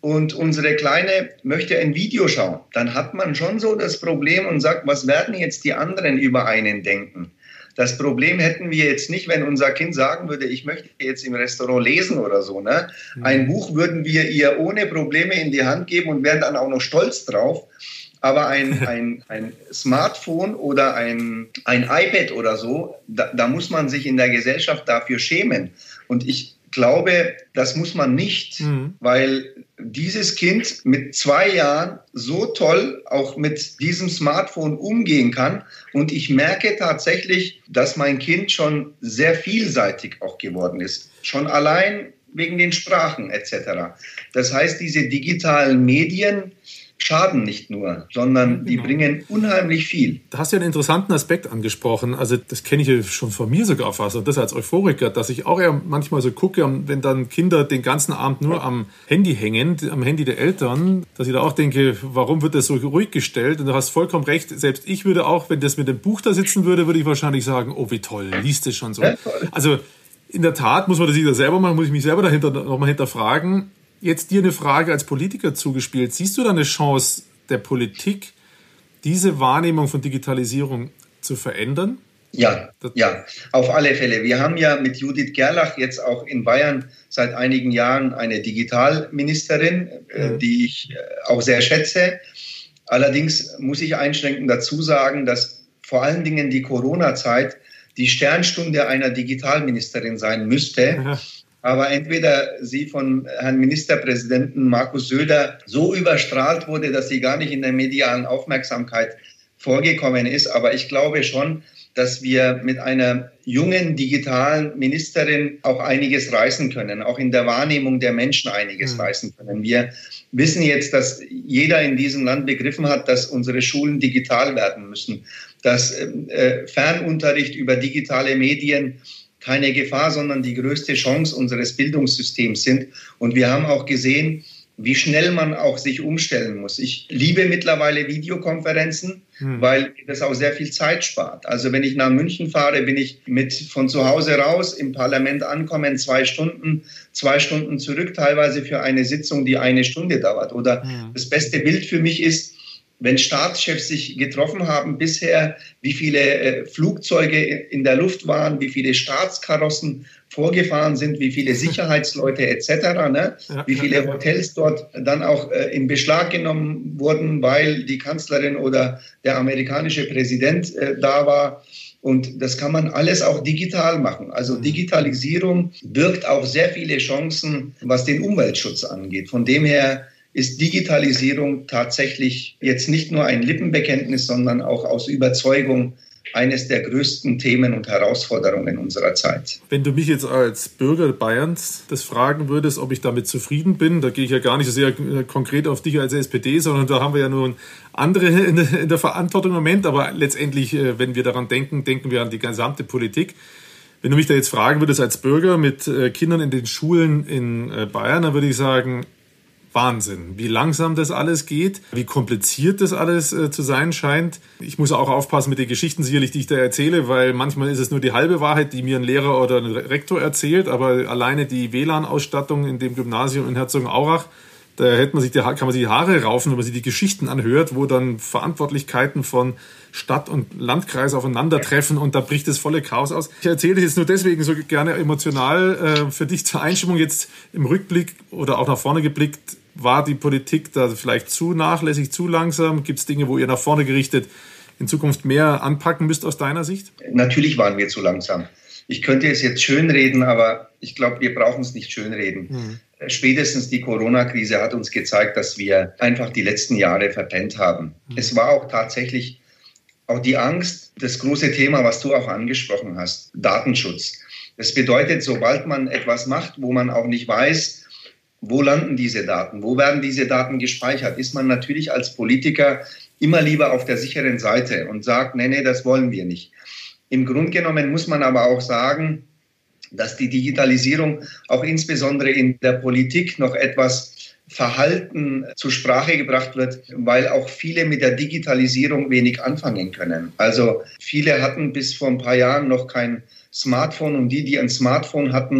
und unsere Kleine möchte ein Video schauen, dann hat man schon so das Problem und sagt, was werden jetzt die anderen über einen denken? Das Problem hätten wir jetzt nicht, wenn unser Kind sagen würde, ich möchte jetzt im Restaurant lesen oder so. Ne? Ein Buch würden wir ihr ohne Probleme in die Hand geben und wären dann auch noch stolz drauf. Aber ein, ein, ein Smartphone oder ein, ein iPad oder so, da, da muss man sich in der Gesellschaft dafür schämen. Und ich glaube, das muss man nicht, mhm. weil dieses Kind mit zwei Jahren so toll auch mit diesem Smartphone umgehen kann. Und ich merke tatsächlich, dass mein Kind schon sehr vielseitig auch geworden ist. Schon allein wegen den Sprachen et cetera. Das heißt, diese digitalen Medien schaden nicht nur, sondern die bringen unheimlich viel. Da hast du ja einen interessanten Aspekt angesprochen. Also das kenne ich ja schon von mir sogar fast. Und das als Euphoriker, dass ich auch ja manchmal so gucke, wenn dann Kinder den ganzen Abend nur am Handy hängen, am Handy der Eltern, dass ich da auch denke, warum wird das so ruhig gestellt? Und du hast vollkommen recht. Selbst ich würde auch, wenn das mit dem Buch da sitzen würde, würde ich wahrscheinlich sagen, oh wie toll, liest es schon so. Ja, also in der Tat muss man das wieder selber machen, muss ich mich selber dahinter nochmal hinterfragen. Jetzt dir eine Frage als Politiker zugespielt. Siehst du da eine Chance der Politik, diese Wahrnehmung von Digitalisierung zu verändern? Ja, ja, auf alle Fälle. Wir haben ja mit Judith Gerlach jetzt auch in Bayern seit einigen Jahren eine Digitalministerin, mhm. die ich auch sehr schätze. Allerdings muss ich einschränkend dazu sagen, dass vor allen Dingen die Corona-Zeit die Sternstunde einer Digitalministerin sein müsste. Mhm. Aber entweder sie von Herrn Ministerpräsidenten Markus Söder so überstrahlt wurde, dass sie gar nicht in der medialen Aufmerksamkeit vorgekommen ist. Aber ich glaube schon, dass wir mit einer jungen digitalen Ministerin auch einiges reißen können, auch in der Wahrnehmung der Menschen einiges mhm. reißen können. Wir wissen jetzt, dass jeder in diesem Land begriffen hat, dass unsere Schulen digital werden müssen, dass äh, Fernunterricht über digitale Medien keine Gefahr, sondern die größte Chance unseres Bildungssystems sind. Und wir haben auch gesehen, wie schnell man auch sich umstellen muss. Ich liebe mittlerweile Videokonferenzen, hm. weil das auch sehr viel Zeit spart. Also wenn ich nach München fahre, bin ich mit von zu Hause raus, im Parlament ankommen, zwei Stunden, zwei Stunden zurück, teilweise für eine Sitzung, die eine Stunde dauert. Oder hm. das beste Bild für mich ist, wenn Staatschefs sich getroffen haben bisher, wie viele äh, Flugzeuge in der Luft waren, wie viele Staatskarossen vorgefahren sind, wie viele Sicherheitsleute et cetera, ne? Ja, wie viele Hotels dort dann auch äh, in Beschlag genommen wurden, weil die Kanzlerin oder der amerikanische Präsident äh, da war. Und das kann man alles auch digital machen. Also Digitalisierung birgt auch sehr viele Chancen, was den Umweltschutz angeht. Von dem her ist Digitalisierung tatsächlich jetzt nicht nur ein Lippenbekenntnis, sondern auch aus Überzeugung eines der größten Themen und Herausforderungen unserer Zeit. Wenn du mich jetzt als Bürger Bayerns das fragen würdest, ob ich damit zufrieden bin, da gehe ich ja gar nicht so sehr konkret auf dich als S P D, sondern da haben wir ja nun andere in der Verantwortung im Moment, aber letztendlich, wenn wir daran denken, denken wir an die gesamte Politik. Wenn du mich da jetzt fragen würdest als Bürger mit Kindern in den Schulen in Bayern, dann würde ich sagen, Wahnsinn, wie langsam das alles geht, wie kompliziert das alles äh, zu sein scheint. Ich muss auch aufpassen mit den Geschichten sicherlich, die ich da erzähle, weil manchmal ist es nur die halbe Wahrheit, die mir ein Lehrer oder ein Rektor erzählt, aber alleine die W L A N-Ausstattung in dem Gymnasium in Herzogenaurach, da hätte man sich die, kann man sich die Haare raufen, wenn man sich die Geschichten anhört, wo dann Verantwortlichkeiten von Stadt und Landkreis aufeinandertreffen und da bricht das volle Chaos aus. Ich erzähle das jetzt nur deswegen so gerne emotional äh, für dich zur Einstimmung jetzt im Rückblick oder auch nach vorne geblickt. War die Politik da vielleicht zu nachlässig, zu langsam? Gibt es Dinge, wo ihr nach vorne gerichtet in Zukunft mehr anpacken müsst aus deiner Sicht? Natürlich waren wir zu langsam. Ich könnte es jetzt schönreden, aber ich glaube, wir brauchen es nicht schönreden. Hm. Spätestens die Corona-Krise hat uns gezeigt, dass wir einfach die letzten Jahre verpennt haben. Hm. Es war auch tatsächlich auch die Angst, das große Thema, was du auch angesprochen hast, Datenschutz. Das bedeutet, sobald man etwas macht, wo man auch nicht weiß, wo landen diese Daten? Wo werden diese Daten gespeichert? Ist man natürlich als Politiker immer lieber auf der sicheren Seite und sagt, nee, nee, das wollen wir nicht. Im Grunde genommen muss man aber auch sagen, dass die Digitalisierung auch insbesondere in der Politik noch etwas verhalten zur Sprache gebracht wird, weil auch viele mit der Digitalisierung wenig anfangen können. Also viele hatten bis vor ein paar Jahren noch kein Smartphone und die, die ein Smartphone hatten,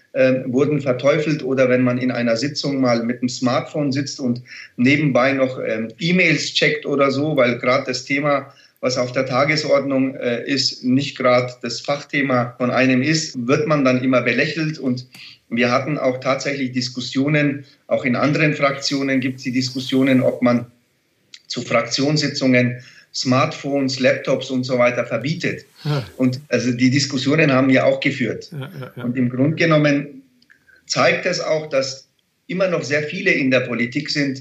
äh, wurden verteufelt. Oder wenn man in einer Sitzung mal mit dem Smartphone sitzt und nebenbei noch äh, E-Mails checkt oder so, weil gerade das Thema, was auf der Tagesordnung äh, ist, nicht gerade das Fachthema von einem ist, wird man dann immer belächelt. Und wir hatten auch tatsächlich Diskussionen, auch in anderen Fraktionen gibt es die Diskussionen, ob man zu Fraktionssitzungen Smartphones, Laptops und so weiter verbietet. Ja. Und also die Diskussionen haben wir auch geführt. Ja, ja, ja. Und im Grunde genommen zeigt es auch, dass immer noch sehr viele in der Politik sind,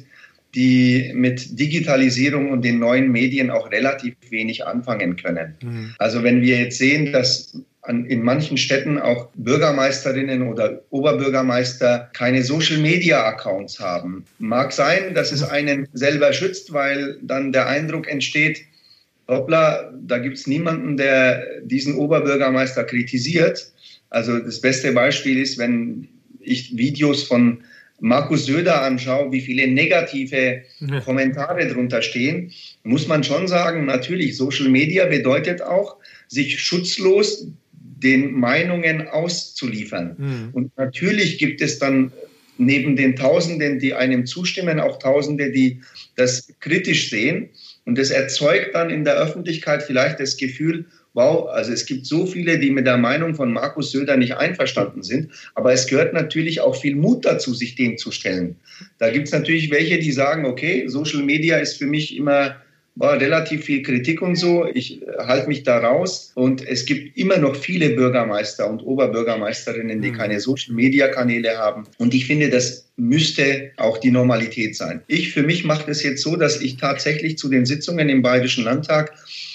die mit Digitalisierung und den neuen Medien auch relativ wenig anfangen können. Mhm. Also wenn wir jetzt sehen, dass an, in manchen Städten auch Bürgermeisterinnen oder Oberbürgermeister keine Social-Media-Accounts haben. Mag sein, dass es einen selber schützt, weil dann der Eindruck entsteht, hoppla, da gibt es niemanden, der diesen Oberbürgermeister kritisiert. Also das beste Beispiel ist, wenn ich Videos von Markus Söder anschaue, wie viele negative ja. Kommentare drunter stehen, muss man schon sagen, natürlich, Social Media bedeutet auch, sich schutzlos den Meinungen auszuliefern. Mhm. Und natürlich gibt es dann neben den Tausenden, die einem zustimmen, auch Tausende, die das kritisch sehen. Und das erzeugt dann in der Öffentlichkeit vielleicht das Gefühl, wow, also es gibt so viele, die mit der Meinung von Markus Söder nicht einverstanden sind. Aber es gehört natürlich auch viel Mut dazu, sich dem zu stellen. Da gibt es natürlich welche, die sagen, okay, Social Media ist für mich immer war relativ viel Kritik und so. Ich halte mich da raus. Und es gibt immer noch viele Bürgermeister und Oberbürgermeisterinnen, die keine Social-Media-Kanäle haben. Und ich finde, das müsste auch die Normalität sein. Ich für mich mache das jetzt so, dass ich tatsächlich zu den Sitzungen im Bayerischen Landtag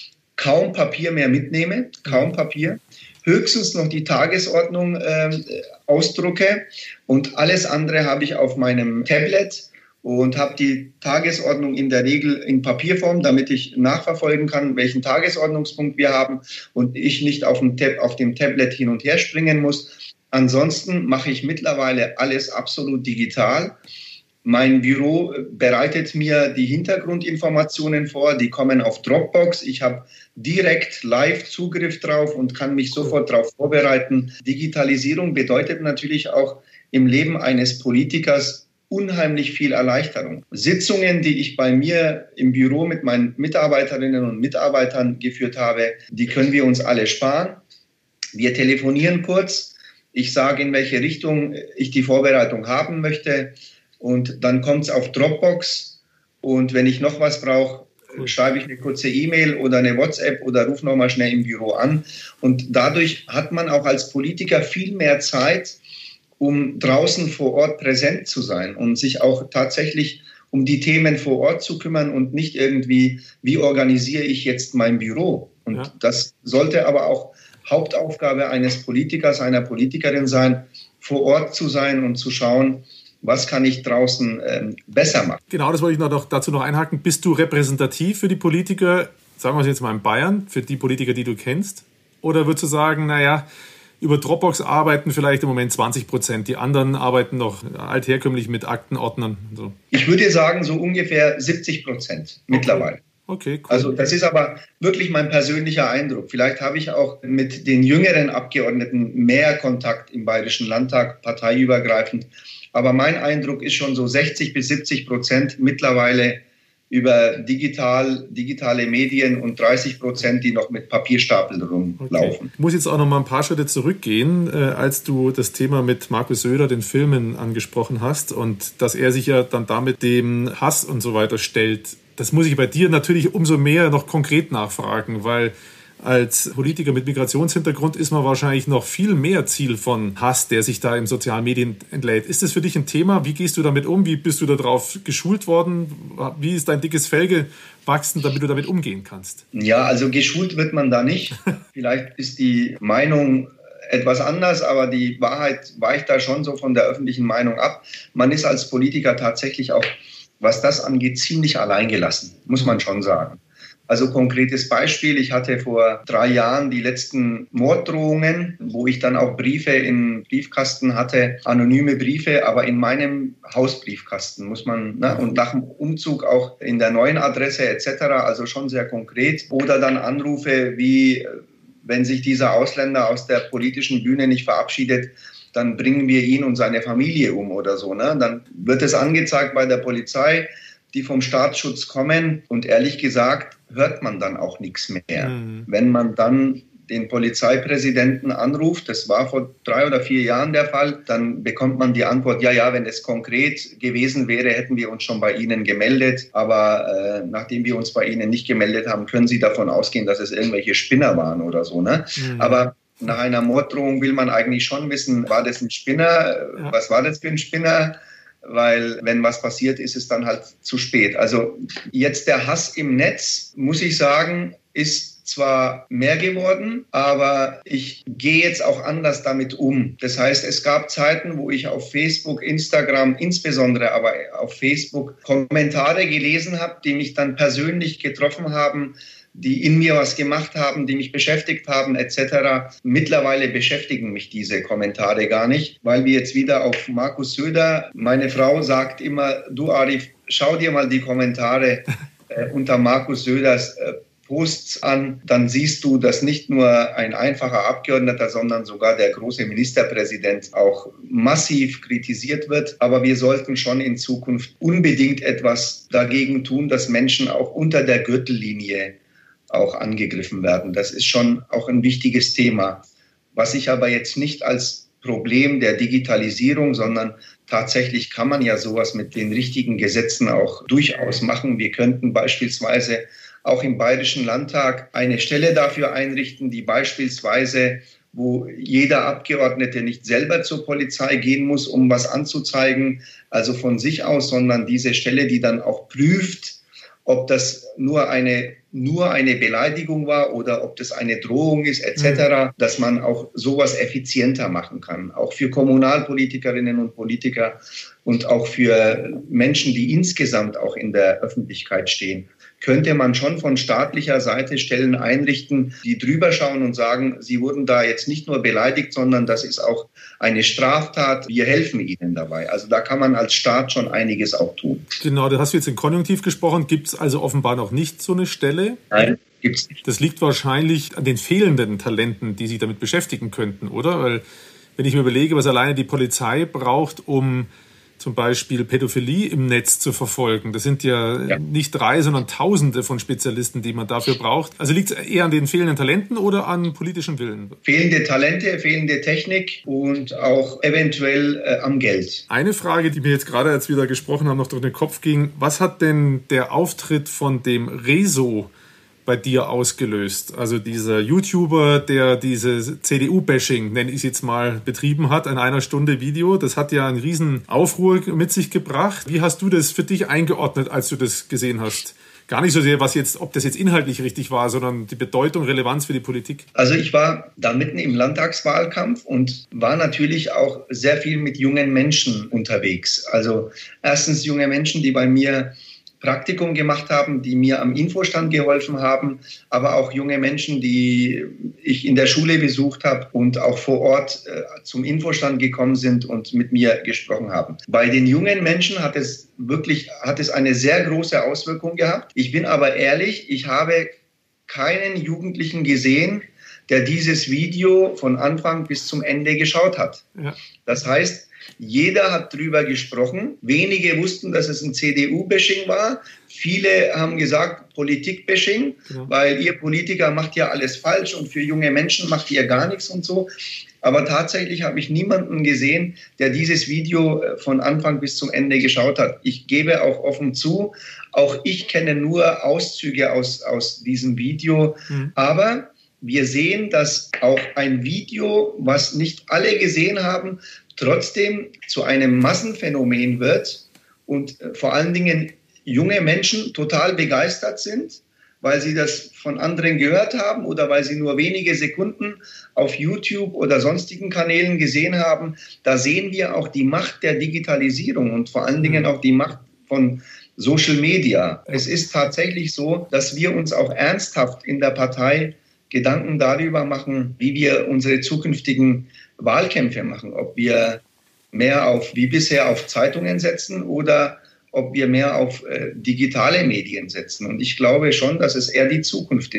kaum Papier mehr mitnehme, kaum Papier. Höchstens noch die Tagesordnung äh, ausdrucke. Und alles andere habe ich auf meinem Tablet und habe die Tagesordnung in der Regel in Papierform, damit ich nachverfolgen kann, welchen Tagesordnungspunkt wir haben und ich nicht auf dem, Tab- auf dem Tablet hin und her springen muss. Ansonsten mache ich mittlerweile alles absolut digital. Mein Büro bereitet mir die Hintergrundinformationen vor, die kommen auf Dropbox. Ich habe direkt Live-Zugriff drauf und kann mich sofort darauf vorbereiten. Digitalisierung bedeutet natürlich auch im Leben eines Politikers unheimlich viel Erleichterung. Sitzungen, die ich bei mir im Büro mit meinen Mitarbeiterinnen und Mitarbeitern geführt habe, die können wir uns alle sparen. Wir telefonieren kurz. Ich sage, in welche Richtung ich die Vorbereitung haben möchte. Und dann kommt es auf Dropbox. Und wenn ich noch was brauche, schreibe ich eine kurze E-Mail oder eine WhatsApp oder rufe nochmal schnell im Büro an. Und dadurch hat man auch als Politiker viel mehr Zeit, um draußen vor Ort präsent zu sein und sich auch tatsächlich um die Themen vor Ort zu kümmern und nicht irgendwie, wie organisiere ich jetzt mein Büro? Und ja. das sollte aber auch Hauptaufgabe eines Politikers, einer Politikerin sein, vor Ort zu sein und zu schauen, was kann ich draußen ähm, besser machen. Genau, das wollte ich noch dazu noch einhaken. Bist du repräsentativ für die Politiker, sagen wir es jetzt mal in Bayern, für die Politiker, die du kennst? Oder würdest du sagen, naja, über Dropbox arbeiten vielleicht im Moment zwanzig Prozent. Die anderen arbeiten noch altherkömmlich mit Aktenordnern. So. Ich würde sagen, so ungefähr siebzig Prozent mittlerweile. Okay, cool. Also das ist aber wirklich mein persönlicher Eindruck. Vielleicht habe ich auch mit den jüngeren Abgeordneten mehr Kontakt im Bayerischen Landtag, parteiübergreifend. Aber mein Eindruck ist schon so sechzig bis siebzig Prozent mittlerweile über digital, digitale Medien und dreißig Prozent, die noch mit Papierstapeln rumlaufen. Okay. Ich muss jetzt auch noch mal ein paar Schritte zurückgehen, äh, als du das Thema mit Markus Söder, den Filmen, angesprochen hast und dass er sich ja dann damit dem Hass und so weiter stellt. Das muss ich bei dir natürlich umso mehr noch konkret nachfragen, weil als Politiker mit Migrationshintergrund ist man wahrscheinlich noch viel mehr Ziel von Hass, der sich da in sozialen Medien entlädt. Ist das für dich ein Thema? Wie gehst du damit um? Wie bist du darauf geschult worden? Wie ist dein dickes Fell gewachsen, damit du damit umgehen kannst? Ja, also geschult wird man da nicht. Vielleicht ist die Meinung etwas anders, aber die Wahrheit weicht da schon so von der öffentlichen Meinung ab. Man ist als Politiker tatsächlich auch, was das angeht, ziemlich alleingelassen, muss man schon sagen. Also konkretes Beispiel, ich hatte vor drei Jahren die letzten Morddrohungen, wo ich dann auch Briefe im Briefkasten hatte, anonyme Briefe, aber in meinem Hausbriefkasten muss man, ne, und nach dem Umzug auch in der neuen Adresse et cetera, also schon sehr konkret. Oder dann Anrufe wie, wenn sich dieser Ausländer aus der politischen Bühne nicht verabschiedet, dann bringen wir ihn und seine Familie um oder so. Ne? Dann wird es angezeigt bei der Polizei, die vom Staatsschutz kommen. Und ehrlich gesagt, hört man dann auch nichts mehr. Mhm. Wenn man dann den Polizeipräsidenten anruft, das war vor drei oder vier Jahren der Fall, dann bekommt man die Antwort, ja, ja, wenn es konkret gewesen wäre, hätten wir uns schon bei Ihnen gemeldet. Aber äh, nachdem wir uns bei Ihnen nicht gemeldet haben, können Sie davon ausgehen, dass es irgendwelche Spinner waren oder so. Ne? Mhm. Aber nach einer Morddrohung will man eigentlich schon wissen, war das ein Spinner? Ja. Was war das für ein Spinner? Weil wenn was passiert, ist es dann halt zu spät. Also jetzt der Hass im Netz, muss ich sagen, ist zwar mehr geworden, aber ich gehe jetzt auch anders damit um. Das heißt, es gab Zeiten, wo ich auf Facebook, Instagram, insbesondere aber auf Facebook Kommentare gelesen habe, die mich dann persönlich getroffen haben, die in mir was gemacht haben, die mich beschäftigt haben, et cetera. Mittlerweile beschäftigen mich diese Kommentare gar nicht, weil wir jetzt wieder auf Markus Söder, meine Frau sagt immer, du Arif, schau dir mal die Kommentare äh, unter Markus Söders äh, Posts an, dann siehst du, dass nicht nur ein einfacher Abgeordneter, sondern sogar der große Ministerpräsident auch massiv kritisiert wird. Aber wir sollten schon in Zukunft unbedingt etwas dagegen tun, dass Menschen auch unter der Gürtellinie auch angegriffen werden. Das ist schon auch ein wichtiges Thema, was ich aber jetzt nicht als Problem der Digitalisierung, sondern tatsächlich kann man ja sowas mit den richtigen Gesetzen auch durchaus machen. Wir könnten beispielsweise auch im Bayerischen Landtag eine Stelle dafür einrichten, die beispielsweise, wo jeder Abgeordnete nicht selber zur Polizei gehen muss, um was anzuzeigen, also von sich aus, sondern diese Stelle, die dann auch prüft, ob das nur eine, nur eine Beleidigung war oder ob das eine Drohung ist, et cetera, mhm. dass man auch sowas effizienter machen kann. Auch für Kommunalpolitikerinnen und Politiker und auch für Menschen, die insgesamt auch in der Öffentlichkeit stehen, könnte man schon von staatlicher Seite Stellen einrichten, die drüber schauen und sagen, sie wurden da jetzt nicht nur beleidigt, sondern das ist auch eine Straftat. Wir helfen ihnen dabei. Also da kann man als Staat schon einiges auch tun. Genau, da hast du jetzt in Konjunktiv gesprochen. Gibt es also offenbar noch nicht so eine Stelle? Nein, gibt es nicht. Das liegt wahrscheinlich an den fehlenden Talenten, die sich damit beschäftigen könnten, oder? Weil wenn ich mir überlege, was alleine die Polizei braucht, um zum Beispiel Pädophilie im Netz zu verfolgen. Das sind ja, ja nicht drei, sondern Tausende von Spezialisten, die man dafür braucht. Also liegt es eher an den fehlenden Talenten oder an politischem Willen? Fehlende Talente, fehlende Technik und auch eventuell äh, am Geld. Eine Frage, die mir jetzt gerade, als wir da gesprochen haben, noch durch den Kopf ging. Was hat denn der Auftritt von dem Rezo bei dir ausgelöst? Also dieser YouTuber, der diese C D U-Bashing, nenne ich es jetzt mal, betrieben hat, in einer Stunde Video, das hat ja einen riesen Aufruhr mit sich gebracht. Wie hast du das für dich eingeordnet, als du das gesehen hast? Gar nicht so sehr, was jetzt, ob das jetzt inhaltlich richtig war, sondern die Bedeutung, Relevanz für die Politik. Also ich war da mitten im Landtagswahlkampf und war natürlich auch sehr viel mit jungen Menschen unterwegs. Also erstens junge Menschen, die bei mir Praktikum gemacht haben, die mir am Infostand geholfen haben, aber auch junge Menschen, die ich in der Schule besucht habe und auch vor Ort äh, zum Infostand gekommen sind und mit mir gesprochen haben. Bei den jungen Menschen hat es wirklich, hat es eine sehr große Auswirkung gehabt. Ich bin aber ehrlich, ich habe keinen Jugendlichen gesehen, der dieses Video von Anfang bis zum Ende geschaut hat. Ja. Das heißt, jeder hat drüber gesprochen. Wenige wussten, dass es ein C D U-Bashing war. Viele haben gesagt Politik-Bashing, ja. weil ihr Politiker macht ja alles falsch und für junge Menschen macht ihr gar nichts und so. Aber tatsächlich habe ich niemanden gesehen, der dieses Video von Anfang bis zum Ende geschaut hat. Ich gebe auch offen zu, auch ich kenne nur Auszüge aus, aus diesem Video. Mhm. Aber wir sehen, dass auch ein Video, was nicht alle gesehen haben, trotzdem zu einem Massenphänomen wird und vor allen Dingen junge Menschen total begeistert sind, weil sie das von anderen gehört haben oder weil sie nur wenige Sekunden auf YouTube oder sonstigen Kanälen gesehen haben. Da sehen wir auch die Macht der Digitalisierung und vor allen Dingen auch die Macht von Social Media. Es ist tatsächlich so, dass wir uns auch ernsthaft in der Partei Gedanken darüber machen, wie wir unsere zukünftigen Wahlkämpfe machen, ob wir mehr auf, wie bisher, auf Zeitungen setzen oder ob wir mehr auf äh, digitale Medien setzen. Und ich glaube schon, dass es eher die Zukunft ist,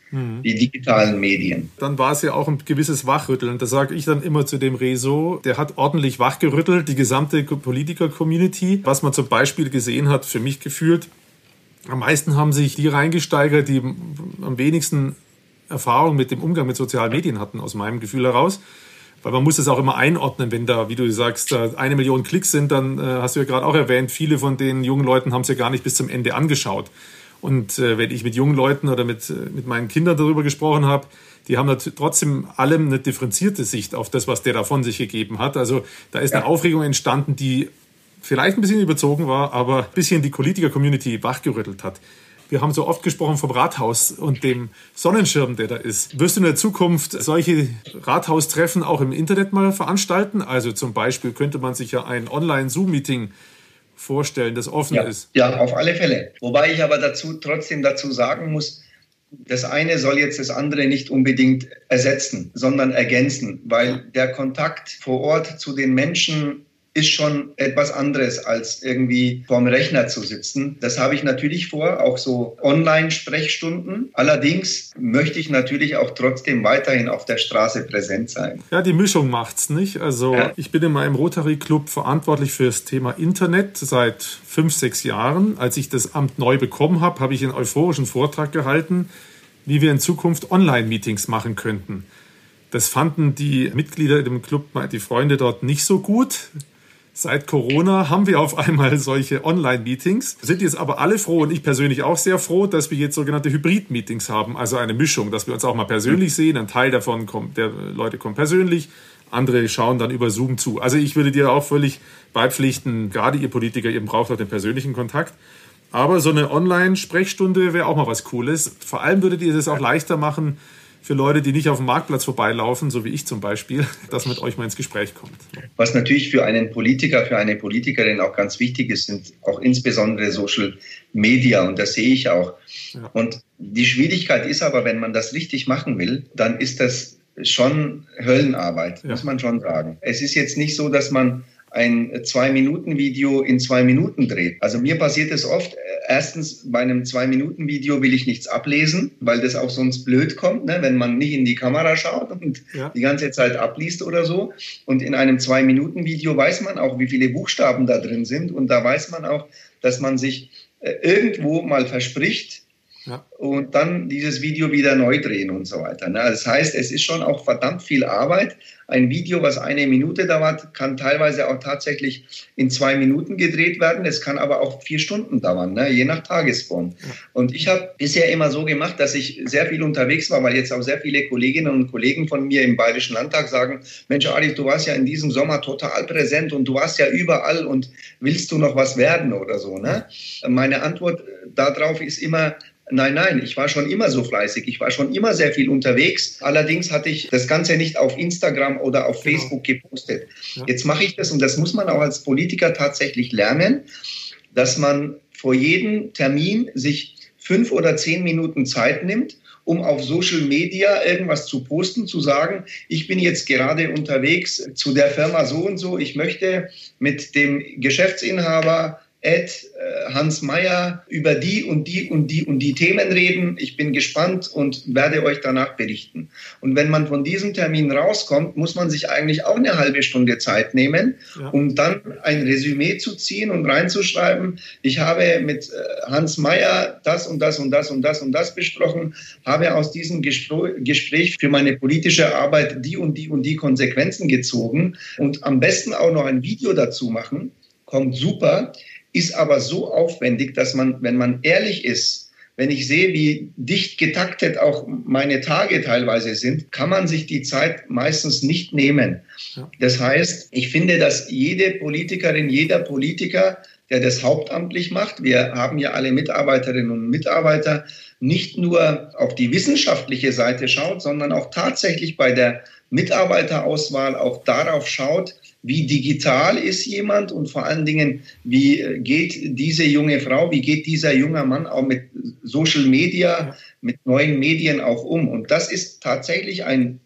mhm. die digitalen Medien. Dann war es ja auch ein gewisses Wachrütteln. Da sage ich dann immer zu dem Rezo, der hat ordentlich wachgerüttelt, die gesamte Politiker-Community. Was man zum Beispiel gesehen hat, für mich gefühlt, am meisten haben sich die reingesteigert, die am wenigsten Erfahrung mit dem Umgang mit sozialen Medien hatten, aus meinem Gefühl heraus. Weil man muss es auch immer einordnen, wenn da, wie du sagst, da eine Million Klicks sind, dann äh, hast du ja gerade auch erwähnt, viele von den jungen Leuten haben es ja gar nicht bis zum Ende angeschaut. Und äh, wenn ich mit jungen Leuten oder mit, mit meinen Kindern darüber gesprochen habe, die haben trotzdem allem eine differenzierte Sicht auf das, was der da von sich gegeben hat. Also da ist ja. eine Aufregung entstanden, die vielleicht ein bisschen überzogen war, aber ein bisschen die Politiker-Community wachgerüttelt hat. Wir haben so oft gesprochen vom Rathaus und dem Sonnenschirm, der da ist. Wirst du in der Zukunft solche Rathaustreffen auch im Internet mal veranstalten? Also zum Beispiel könnte man sich ja ein Online-Zoom-Meeting vorstellen, das offen ja, ist. Ja, auf alle Fälle. Wobei ich aber dazu trotzdem dazu sagen muss, das eine soll jetzt das andere nicht unbedingt ersetzen, sondern ergänzen, weil der Kontakt vor Ort zu den Menschen ist schon etwas anderes, als irgendwie vorm Rechner zu sitzen. Das habe ich natürlich vor, auch so Online-Sprechstunden. Allerdings möchte ich natürlich auch trotzdem weiterhin auf der Straße präsent sein. Ja, die Mischung macht's, nicht? Also ja. Ich bin in meinem Rotary Club verantwortlich für das Thema Internet seit fünf, sechs Jahren. Als ich das Amt neu bekommen habe, habe ich einen euphorischen Vortrag gehalten, wie wir in Zukunft Online-Meetings machen könnten. Das fanden die Mitglieder im Club, die Freunde dort nicht so gut. Seit Corona haben wir auf einmal solche Online-Meetings, sind jetzt aber alle froh und ich persönlich auch sehr froh, dass wir jetzt sogenannte Hybrid-Meetings haben, also eine Mischung, dass wir uns auch mal persönlich sehen. Ein Teil davon kommt, der Leute kommt persönlich, andere schauen dann über Zoom zu. Also ich würde dir auch völlig beipflichten, gerade ihr Politiker, ihr braucht auch den persönlichen Kontakt. Aber so eine Online-Sprechstunde wäre auch mal was Cooles. Vor allem würdet ihr das auch leichter machen, für Leute, die nicht auf dem Marktplatz vorbeilaufen, so wie ich zum Beispiel, dass mit euch mal ins Gespräch kommt. Was natürlich für einen Politiker, für eine Politikerin auch ganz wichtig ist, sind auch insbesondere Social Media und das sehe ich auch. Ja. Und die Schwierigkeit ist aber, wenn man das richtig machen will, dann ist das schon Höllenarbeit, ja. muss man schon sagen. Es ist jetzt nicht so, dass man ein Zwei-Minuten-Video in zwei Minuten dreht. Also mir passiert es oft, erstens bei einem Zwei-Minuten-Video will ich nichts ablesen, weil das auch sonst blöd kommt, ne, wenn man nicht in die Kamera schaut und ja. die ganze Zeit abliest oder so. Und in einem Zwei-Minuten-Video weiß man auch, wie viele Buchstaben da drin sind und da weiß man auch, dass man sich äh, irgendwo mal verspricht, ja. und dann dieses Video wieder neu drehen und so weiter. Das heißt, es ist schon auch verdammt viel Arbeit. Ein Video, was eine Minute dauert, kann teilweise auch tatsächlich in zwei Minuten gedreht werden. Es kann aber auch vier Stunden dauern, ne? Je nach Tagesform. Und ich habe bisher immer so gemacht, dass ich sehr viel unterwegs war, weil jetzt auch sehr viele Kolleginnen und Kollegen von mir im Bayerischen Landtag sagen, Mensch, Arif, du warst ja in diesem Sommer total präsent und du warst ja überall und willst du noch was werden oder so, ne? Meine Antwort darauf ist immer, Nein, nein, ich war schon immer so fleißig, ich war schon immer sehr viel unterwegs. Allerdings hatte ich das Ganze nicht auf Instagram oder auf genau. Facebook gepostet. Ja. Jetzt mache ich das und das muss man auch als Politiker tatsächlich lernen, dass man vor jedem Termin sich fünf oder zehn Minuten Zeit nimmt, um auf Social Media irgendwas zu posten, zu sagen, ich bin jetzt gerade unterwegs zu der Firma so und so, ich möchte mit dem Geschäftsinhaber Ed Hans Meyer über die und die und die und die Themen reden. Ich bin gespannt und werde euch danach berichten. Und wenn man von diesem Termin rauskommt, muss man sich eigentlich auch eine halbe Stunde Zeit nehmen, ja. um dann ein Resümee zu ziehen und reinzuschreiben, ich habe mit Hans Meyer das und das und das und das und das besprochen, habe aus diesem Gespräch für meine politische Arbeit die und die und die Konsequenzen gezogen und am besten auch noch ein Video dazu machen, kommt super. Ist aber so aufwendig, dass man, wenn man ehrlich ist, wenn ich sehe, wie dicht getaktet auch meine Tage teilweise sind, kann man sich die Zeit meistens nicht nehmen. Ja. Das heißt, ich finde, dass jede Politikerin, jeder Politiker, der das hauptamtlich macht, wir haben ja alle Mitarbeiterinnen und Mitarbeiter, nicht nur auf die wissenschaftliche Seite schaut, sondern auch tatsächlich bei der Mitarbeiterauswahl auch darauf schaut, wie digital ist jemand und vor allen Dingen, wie geht diese junge Frau, wie geht dieser junge Mann auch mit Social Media, mit neuen Medien auch um. Und das ist tatsächlich ein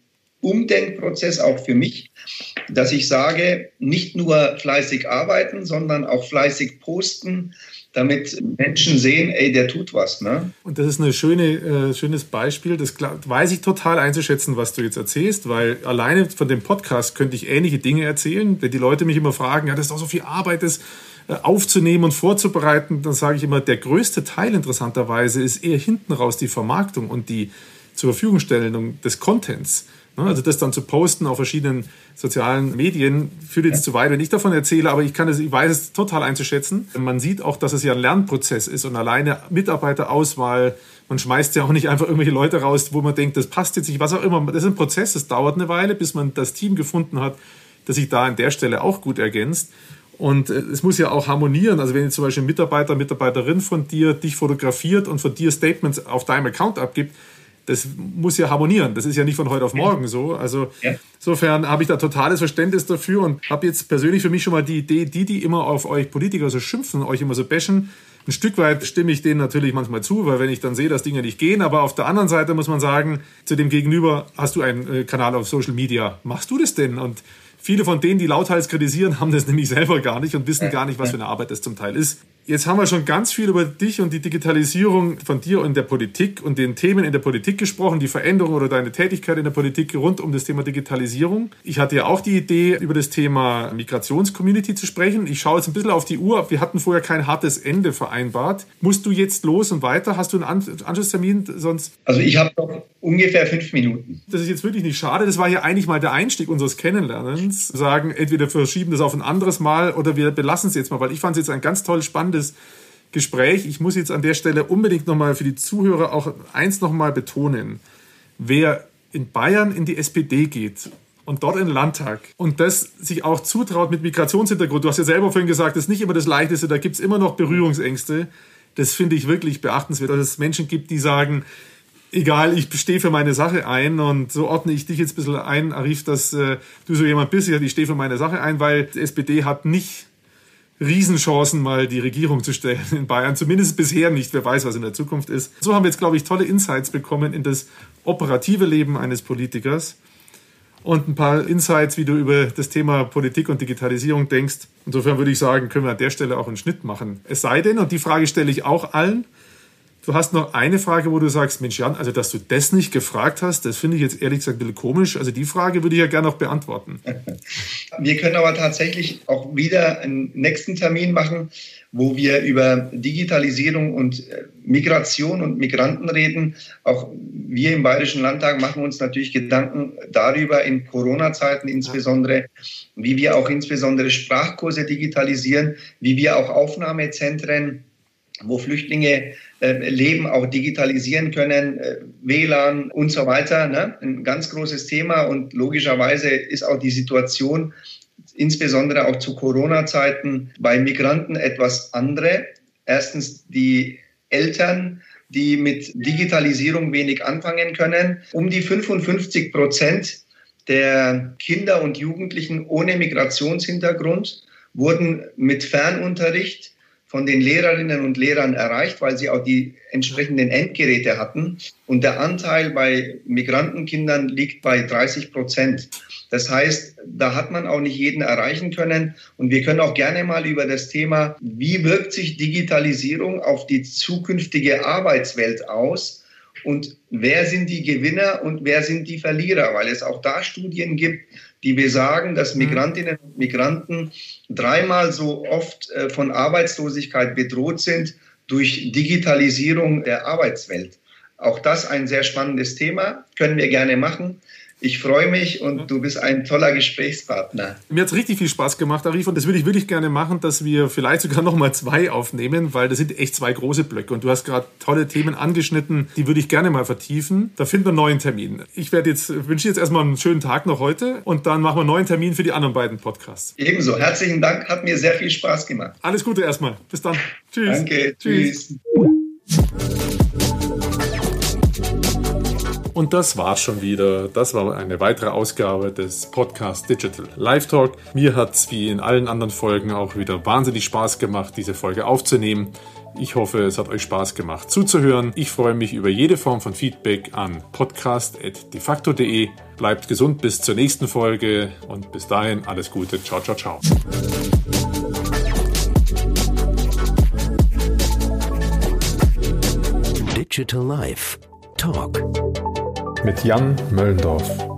Umdenkprozess auch für mich, dass ich sage, nicht nur fleißig arbeiten, sondern auch fleißig posten, damit Menschen sehen, ey, der tut was. Ne? Und das ist ein schöne, äh, schönes Beispiel. Das weiß ich total einzuschätzen, was du jetzt erzählst, weil alleine von dem Podcast könnte ich ähnliche Dinge erzählen. Wenn die Leute mich immer fragen, ja, das ist doch so viel Arbeit, das äh, aufzunehmen und vorzubereiten, dann sage ich immer, der größte Teil interessanterweise ist eher hinten raus die Vermarktung und die zur Verfügungstellung des Contents. Also das dann zu posten auf verschiedenen sozialen Medien führt jetzt ja. zu weit, wenn ich davon erzähle, aber ich kann es, ich weiß es total einzuschätzen. Man sieht auch, dass es ja ein Lernprozess ist und alleine Mitarbeiterauswahl, man schmeißt ja auch nicht einfach irgendwelche Leute raus, wo man denkt, das passt jetzt nicht, was auch immer. Das ist ein Prozess, das dauert eine Weile, bis man das Team gefunden hat, das sich da an der Stelle auch gut ergänzt. Und es muss ja auch harmonieren. Also wenn jetzt zum Beispiel ein Mitarbeiter, Mitarbeiterin von dir dich fotografiert und von dir Statements auf deinem Account abgibt, das muss ja harmonieren. Das ist ja nicht von heute auf morgen so. Also ja. Insofern habe ich da totales Verständnis dafür und habe jetzt persönlich für mich schon mal die Idee, die, die immer auf euch Politiker so schimpfen, euch immer so bashen, ein Stück weit stimme ich denen natürlich manchmal zu, weil wenn ich dann sehe, dass Dinge nicht gehen, aber auf der anderen Seite muss man sagen, zu dem Gegenüber, hast du einen Kanal auf Social Media, machst du das denn? Und viele von denen, die lauthals kritisieren, haben das nämlich selber gar nicht und wissen gar nicht, was für eine Arbeit das zum Teil ist. Jetzt haben wir schon ganz viel über dich und die Digitalisierung von dir und der Politik und den Themen in der Politik gesprochen, die Veränderung oder deine Tätigkeit in der Politik rund um das Thema Digitalisierung. Ich hatte ja auch die Idee, über das Thema Migrationscommunity zu sprechen. Ich schaue jetzt ein bisschen auf die Uhr. Wir hatten vorher kein hartes Ende vereinbart. Musst du jetzt los und weiter? Hast du einen Anschlusstermin? Sonst? Also ich habe noch ungefähr fünf Minuten. Das ist jetzt wirklich nicht schade. Das war ja eigentlich mal der Einstieg unseres Kennenlernens. Sagen, entweder verschieben das auf ein anderes Mal oder wir belassen es jetzt mal, weil ich fand es jetzt ein ganz tolles, spannendes Gespräch. Ich muss jetzt an der Stelle unbedingt nochmal für die Zuhörer auch eins nochmal betonen. Wer in Bayern in die S P D geht und dort in den Landtag und das sich auch zutraut mit Migrationshintergrund, du hast ja selber vorhin gesagt, das ist nicht immer das Leichteste, da gibt es immer noch Berührungsängste. Das finde ich wirklich beachtenswert, dass es Menschen gibt, die sagen, egal, ich stehe für meine Sache ein und so ordne ich dich jetzt ein bisschen ein, Arif, dass äh, du so jemand bist, ich stehe für meine Sache ein, weil die S P D hat nicht Riesenchancen, mal die Regierung zu stellen in Bayern. Zumindest bisher nicht. Wer weiß, was in der Zukunft ist. So haben wir jetzt, glaube ich, tolle Insights bekommen in das operative Leben eines Politikers und ein paar Insights, wie du über das Thema Politik und Digitalisierung denkst. Insofern würde ich sagen, können wir an der Stelle auch einen Schnitt machen. Es sei denn, und die Frage stelle ich auch allen, du hast noch eine Frage, wo du sagst, Mensch Jan, also dass du das nicht gefragt hast, das finde ich jetzt ehrlich gesagt ein bisschen komisch. Also die Frage würde ich ja gerne noch beantworten. Wir können aber tatsächlich auch wieder einen nächsten Termin machen, wo wir über Digitalisierung und Migration und Migranten reden. Auch wir im Bayerischen Landtag machen uns natürlich Gedanken darüber, in Corona-Zeiten insbesondere, wie wir auch insbesondere Sprachkurse digitalisieren, wie wir auch Aufnahmezentren, wo Flüchtlinge äh, leben, auch digitalisieren können, äh, W L A N und so weiter. Ne? Ein ganz großes Thema und logischerweise ist auch die Situation, insbesondere auch zu Corona-Zeiten, bei Migranten etwas andere. Erstens die Eltern, die mit Digitalisierung wenig anfangen können. Um die fünfundfünfzig Prozent der Kinder und Jugendlichen ohne Migrationshintergrund wurden mit Fernunterricht von den Lehrerinnen und Lehrern erreicht, weil sie auch die entsprechenden Endgeräte hatten. Und der Anteil bei Migrantenkindern liegt bei dreißig Prozent. Das heißt, da hat man auch nicht jeden erreichen können. Und wir können auch gerne mal über das Thema, wie wirkt sich Digitalisierung auf die zukünftige Arbeitswelt aus und wer sind die Gewinner und wer sind die Verlierer, weil es auch da Studien gibt, die besagen, dass Migrantinnen und Migranten dreimal so oft von Arbeitslosigkeit bedroht sind durch Digitalisierung der Arbeitswelt. Auch das ein sehr spannendes Thema, können wir gerne machen. Ich freue mich und du bist ein toller Gesprächspartner. Mir hat es richtig viel Spaß gemacht, Arif, und das würde ich wirklich gerne machen, dass wir vielleicht sogar noch mal zwei aufnehmen, weil das sind echt zwei große Blöcke und du hast gerade tolle Themen angeschnitten, die würde ich gerne mal vertiefen. Da finden wir einen neuen Termin. Ich werde jetzt, wünsche jetzt erstmal einen schönen Tag noch heute und dann machen wir einen neuen Termin für die anderen beiden Podcasts. Ebenso, herzlichen Dank, hat mir sehr viel Spaß gemacht. Alles Gute erstmal. Bis dann. Tschüss. Danke, tschüss. Und Und das war's schon wieder. Das war eine weitere Ausgabe des Podcast Digital Live Talk. Mir hat's wie in allen anderen Folgen auch wieder wahnsinnig Spaß gemacht, diese Folge aufzunehmen. Ich hoffe, es hat euch Spaß gemacht zuzuhören. Ich freue mich über jede Form von Feedback an podcast at defacto punkt de. Bleibt gesund bis zur nächsten Folge und bis dahin alles Gute. Ciao, ciao, ciao. Digital Life Talk mit Jan Möllendorf.